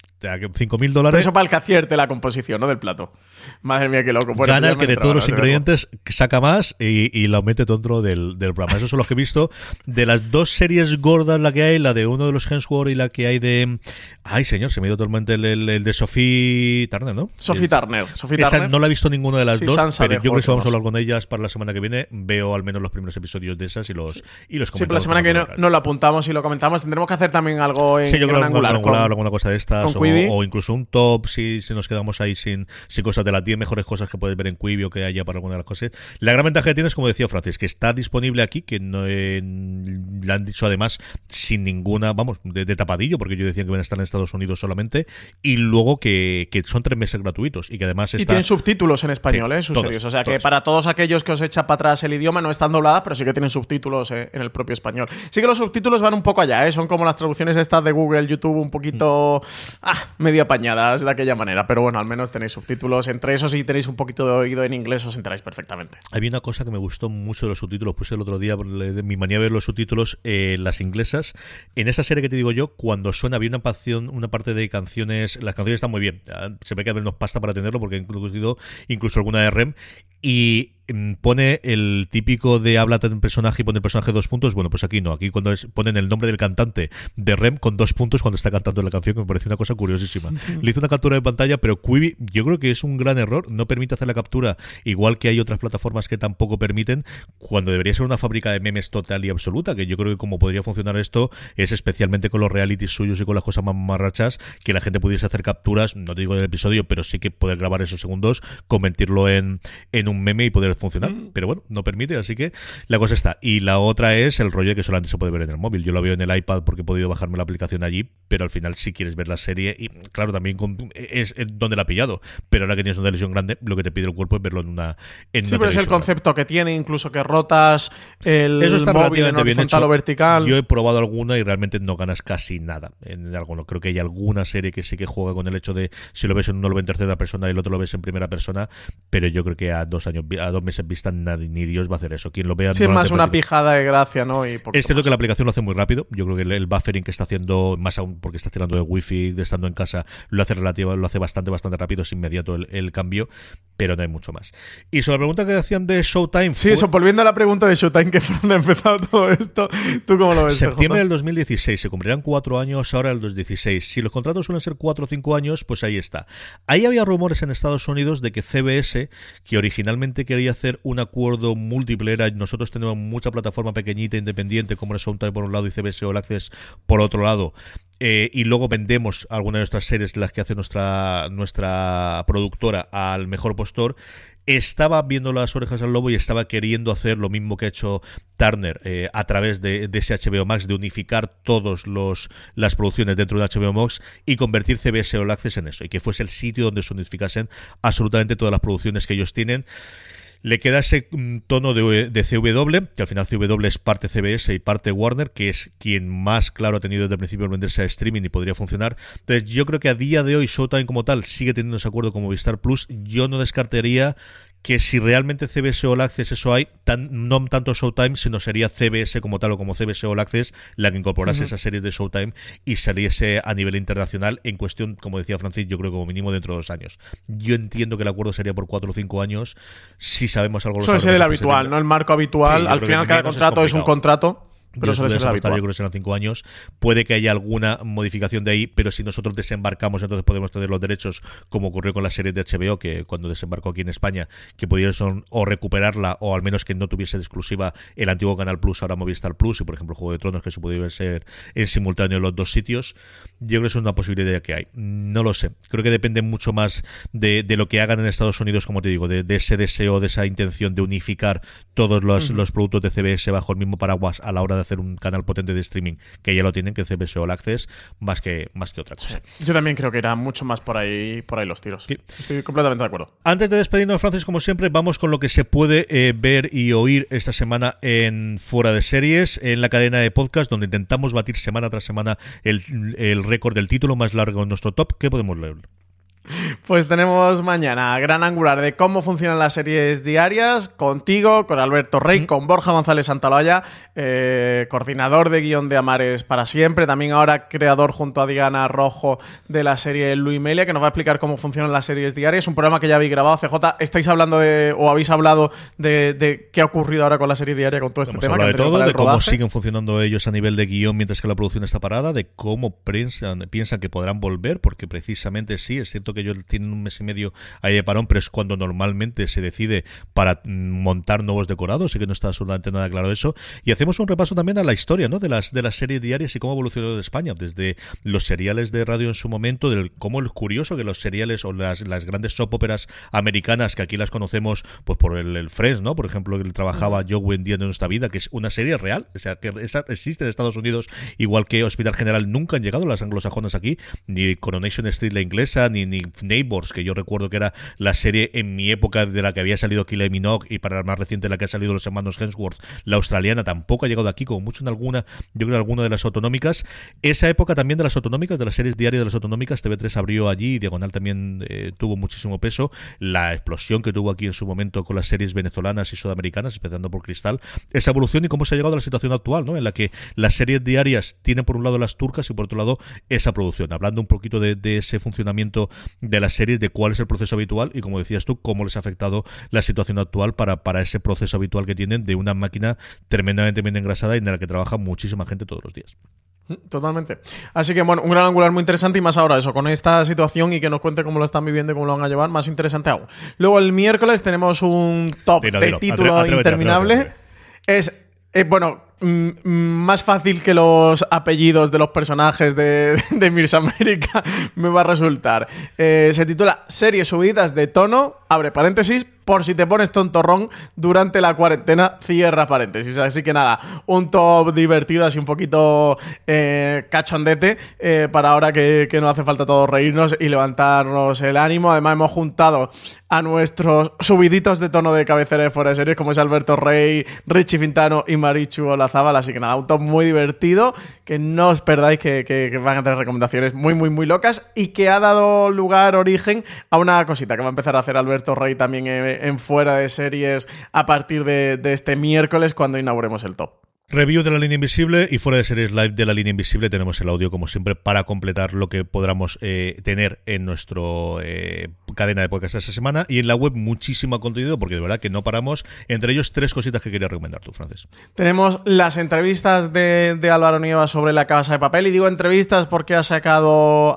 $5.000. Eso para el que acierte la composición, ¿no? Del plato. Madre mía, qué loco. Bueno, gana el que de todos los ingredientes saca más y lo mete dentro del programa. Esos son los que he visto. De las 2 series gordas, la que hay, la de uno de los Hemsworth y la que hay de... Ay, señor, se me ha ido totalmente el de Sophie Turner, ¿no? Sophie Turner. Esa no la he visto ninguna de las dos, Sansa pero yo creo que vamos a hablar con ellas para la semana que viene. Veo al menos los primeros episodios de esas y los comentamos. Sí, pero la semana que viene nos lo apuntamos y lo comentamos. Tendremos que hacer también algo en yo creo angular, alguna cosa de estas, o incluso un top si nos quedamos ahí sin cosas de las 10 mejores cosas que puedes ver en Quibi o que haya para alguna de las cosas. La gran ventaja que tienes, como decía Francis, que está disponible aquí, que no la han dicho además sin ninguna, de tapadillo, porque yo decía que van a estar en Estados Unidos solamente, y luego que son 3 meses gratuitos y que además y tienen subtítulos en español, sus series, o sea que para todos aquellos que os echa para atrás el idioma, no están dobladas, pero sí que tienen subtítulos en el propio español. Sí que los subtítulos van un poco allá, son como las traducciones estas de Google, YouTube, un poquito medio apañadas de aquella manera, pero bueno, al menos tenéis subtítulos. Entre esos, si tenéis un poquito de oído en inglés, os enteráis perfectamente. Había una cosa que me gustó mucho de los subtítulos, puse el otro día, de mi manía de ver los subtítulos, las inglesas. En esa serie que te digo yo, cuando suena, había una parte de canciones, las canciones están muy bien, se ve que hay menos pasta para tenerlo, porque incluso alguna de REM, y pone el típico de habla en personaje y pone el personaje 2 puntos. Bueno, pues aquí no, aquí cuando ponen el nombre del cantante de REM con 2 puntos cuando está cantando la canción, que me parece una cosa curiosísima. Le hice una captura de pantalla, pero Quibi yo creo que es un gran error, no permite hacer la captura, igual que hay otras plataformas que tampoco permiten, cuando debería ser una fábrica de memes total y absoluta, que yo creo que como podría funcionar esto es especialmente con los realities suyos y con las cosas más marrachas, que la gente pudiese hacer capturas, no te digo del episodio, pero sí que poder grabar esos segundos, convertirlo en un meme y poder funcionar, pero bueno, no permite, así que la cosa está. Y la otra es el rollo que solamente se puede ver en el móvil. Yo lo veo en el iPad porque he podido bajarme la aplicación allí, pero al final si quieres ver la serie, y claro, también es donde la ha pillado, pero ahora que tienes una televisión grande, lo que te pide el cuerpo es verlo en una pero es el concepto que tiene, incluso que rotas el eso está móvil en horizontal o vertical. Yo he probado alguna y realmente no ganas casi nada en alguno. Creo que hay alguna serie que sí que juega con el hecho de si lo ves en uno lo ves en tercera persona y el otro lo ves en primera persona, pero yo creo que a 2 a 2 meses vista ni Dios va a hacer eso. Quien lo vea... Sí, es más una pijada de gracia, ¿no? Es cierto que la aplicación lo hace muy rápido. Yo creo que el buffering que está haciendo, más aún porque está tirando de wifi, de estando en casa, lo hace bastante rápido, es inmediato el cambio, pero no hay mucho más. Y sobre la pregunta que hacían de Showtime... Sí, eso, volviendo a la pregunta de Showtime, que fue donde ha empezado todo esto, ¿tú cómo lo ves? Septiembre del 2016, se cumplirán 4 años ahora el 2016. Si los contratos suelen ser 4 o 5 años, pues ahí está. Ahí había rumores en Estados Unidos de que CBS, que originalmente quería hacer un acuerdo múltiple, nosotros tenemos mucha plataforma pequeñita, independiente, como es Showtime por un lado y CBS All Access por otro lado, y luego vendemos algunas de nuestras series, las que hace nuestra productora, al mejor postor. Estaba viendo las orejas al lobo y estaba queriendo hacer lo mismo que ha hecho Turner a través de ese HBO Max, de unificar todas las producciones dentro de HBO Max y convertir CBS All Access en eso, y que fuese el sitio donde se unificasen absolutamente todas las producciones que ellos tienen. Le queda ese tono de CW, que al final CW es parte CBS y parte Warner, que es quien más claro ha tenido desde el principio el venderse a streaming y podría funcionar. Entonces yo creo que a día de hoy Showtime como tal sigue teniendo ese acuerdo con Movistar Plus. Yo no descartaría que si realmente CBS All Access eso hay, no tanto Showtime, sino sería CBS como tal o como CBS All Access la que incorporase esas series de Showtime y saliese a nivel internacional en cuestión, como decía Francis, yo creo que como mínimo dentro de 2 años. Yo entiendo que el acuerdo sería por 4 o 5 años, si sabemos algo. Suele ser el habitual, ¿no? El marco habitual. Sí, al final cada contrato es un contrato. Pero suele ser habitual. Yo creo que serán 5 años. Puede que haya alguna modificación de ahí, pero si nosotros desembarcamos, entonces podemos tener los derechos, como ocurrió con la serie de HBO, que cuando desembarcó aquí en España, que pudieron o recuperarla, o al menos que no tuviese de exclusiva el antiguo Canal Plus, ahora Movistar Plus, y por ejemplo Juego de Tronos, que se pudiera ser en simultáneo en los 2 sitios. Yo creo que eso es una posibilidad que hay. No lo sé. Creo que depende mucho más de lo que hagan en Estados Unidos, como te digo, de ese deseo, de esa intención de unificar todos los productos de CBS bajo el mismo paraguas a la hora de hacer un canal potente de streaming, que ya lo tienen, que CBS All Access, más que otra cosa. Sí. Yo también creo que irá mucho más por ahí los tiros. Sí. Estoy completamente de acuerdo. Antes de despedirnos, Francis, como siempre, vamos con lo que se puede ver y oír esta semana en Fuera de Series, en la cadena de podcast, donde intentamos batir semana tras semana el récord del título más largo en nuestro top. ¿Qué podemos leer? Pues tenemos mañana gran angular de cómo funcionan las series diarias, contigo, con Alberto Rey, con Borja González Santaloya, coordinador de guión de Amares para siempre, también ahora creador junto a Diana Rojo de la serie Luis Melia, que nos va a explicar cómo funcionan las series diarias. Un programa que ya habéis grabado, CJ. ¿Estáis hablando habéis hablado de qué ha ocurrido ahora con la serie diaria, con todo este tema? Hemos hablado de todo, de cómo siguen funcionando ellos a nivel de guión mientras que la producción está parada, de cómo piensan que podrán volver, porque precisamente sí, es cierto que ellos tienen 1 mes y medio ahí de parón, pero es cuando normalmente se decide para montar nuevos decorados, así que no está absolutamente nada claro eso. Y hacemos un repaso también a la historia, ¿no?, de las series diarias y cómo ha evolucionado en España, desde los seriales de radio en su momento, cómo es curioso que los seriales o las grandes soap operas americanas, que aquí las conocemos pues por el Friends, ¿no?, por ejemplo, que trabajaba Joe un día de nuestra vida, que es una serie real, o sea, que existe en Estados Unidos, igual que Hospital General. Nunca han llegado las anglosajonas aquí, ni Coronation Street la inglesa, ni Neighbours, que yo recuerdo que era la serie en mi época de la que había salido Kylie Minogue, y para la más reciente la que ha salido los hermanos Hemsworth, la australiana, tampoco ha llegado aquí, como mucho en alguna, yo creo en alguna de las autonómicas. Esa época también de las autonómicas, de las series diarias de las autonómicas, TV3 abrió allí, Diagonal también tuvo muchísimo peso. La explosión que tuvo aquí en su momento con las series venezolanas y sudamericanas, empezando por Cristal, esa evolución y cómo se ha llegado a la situación actual, ¿no?, en la que las series diarias tienen por un lado las turcas y por otro lado esa producción. Hablando un poquito de ese funcionamiento de las series, de cuál es el proceso habitual y, como decías tú, cómo les ha afectado la situación actual para ese proceso habitual que tienen de una máquina tremendamente bien engrasada y en la que trabaja muchísima gente todos los días. Totalmente. Así que, bueno, un gran angular muy interesante, y más ahora eso, con esta situación, y que nos cuente cómo lo están viviendo y cómo lo van a llevar, más interesante aún. Luego el miércoles tenemos un top de título interminable. Bueno, más fácil que los apellidos de los personajes de Miss América me va a resultar. Se titula Series subidas de tono, abre paréntesis, por si te pones tontorrón durante la cuarentena, cierra paréntesis. Así que nada, un top divertido, así un poquito cachondete, para ahora que nos hace falta todos reírnos y levantarnos el ánimo. Además hemos juntado a nuestros subiditos de tono de cabecera de Fuera de Series, como es Alberto Rey, Richie Fintano y Marichu Olazabal, Olazábal, así que nada, un top muy divertido, que no os perdáis, que van a tener recomendaciones muy, muy, muy locas y que ha dado lugar, origen a una cosita que va a empezar a hacer Alberto Rey también en Fuera de Series a partir de este miércoles cuando inauguremos el top. Review de La Línea Invisible y Fuera de Series Live de La Línea Invisible. Tenemos el audio, como siempre, para completar lo que podamos tener en nuestro cadena de podcast esta semana. Y en la web muchísimo contenido, porque de verdad que no paramos. Entre ellos, 3 cositas que quería recomendar tú, Francis. Tenemos las entrevistas de Álvaro Nieva sobre La Casa de Papel. Y digo entrevistas porque ha sacado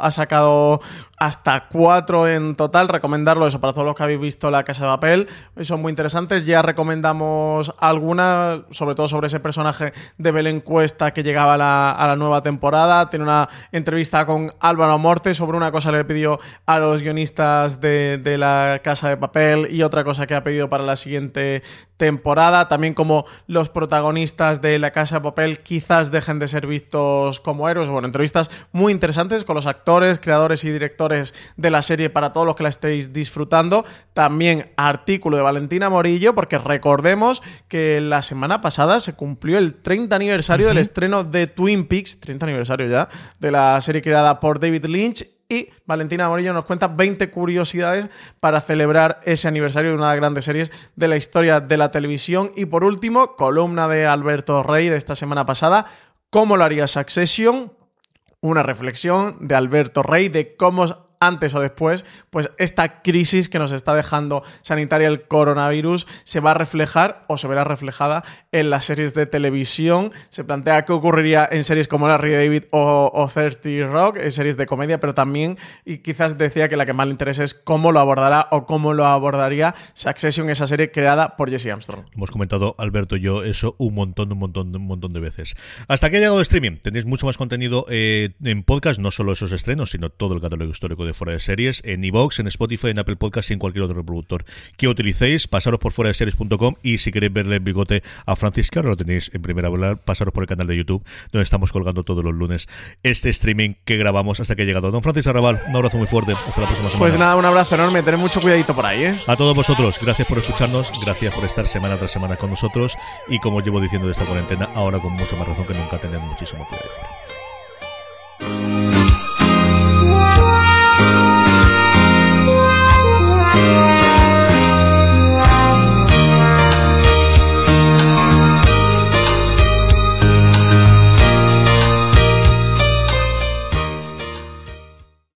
hasta 4 en total. Recomendarlo eso para todos los que habéis visto La Casa de Papel. Son muy interesantes. Ya recomendamos alguna, sobre todo sobre ese personaje de Belén Cuesta que llegaba a la nueva temporada. Tiene una entrevista con Álvaro Morte sobre una cosa que le pidió a los guionistas de La Casa de Papel y otra cosa que ha pedido para la siguiente temporada. También como los protagonistas de La Casa de Papel quizás dejen de ser vistos como héroes. Bueno, entrevistas muy interesantes con los actores, creadores y directores de la serie para todos los que la estéis disfrutando. También artículo de Valentina Morillo, porque recordemos que la semana pasada se cumplió el 30 aniversario del estreno de Twin Peaks, 30 aniversario ya, de la serie creada por David Lynch. Y Valentina Morillo nos cuenta 20 curiosidades para celebrar ese aniversario de una de las grandes series de la historia de la televisión. Y por último, columna de Alberto Rey de esta semana pasada, ¿cómo lo haría Succession? Una reflexión de Alberto Rey de cómo antes o después, pues esta crisis que nos está dejando sanitaria el coronavirus se va a reflejar o se verá reflejada en las series de televisión. Se plantea qué ocurriría en series como Larry David o 30 Rock, en series de comedia, pero también, y quizás decía que la que más le interesa es cómo lo abordará o cómo lo abordaría Succession, esa serie creada por Jesse Armstrong. Hemos comentado, Alberto y yo, eso un montón de veces. Hasta que ha llegado el streaming. Tenéis mucho más contenido en podcast, no solo esos estrenos, sino todo el catálogo histórico de Fuera de Series, en iVoox, en Spotify, en Apple Podcasts y en cualquier otro reproductor que utilicéis. Pasaros por fueradeseries.com y si queréis verle el bigote a Francisca, lo tenéis en primera volar, pasaros por el canal de YouTube, donde estamos colgando todos los lunes este streaming que grabamos hasta que ha llegado. Don Francis Arrabal, un abrazo muy fuerte. Hasta la próxima semana. Pues nada, un abrazo enorme. Tened mucho cuidadito por ahí, ¿eh? A todos vosotros, gracias por escucharnos, gracias por estar semana tras semana con nosotros y como llevo diciendo de esta cuarentena, ahora con mucha más razón que nunca, tened muchísimo cuidado fuera.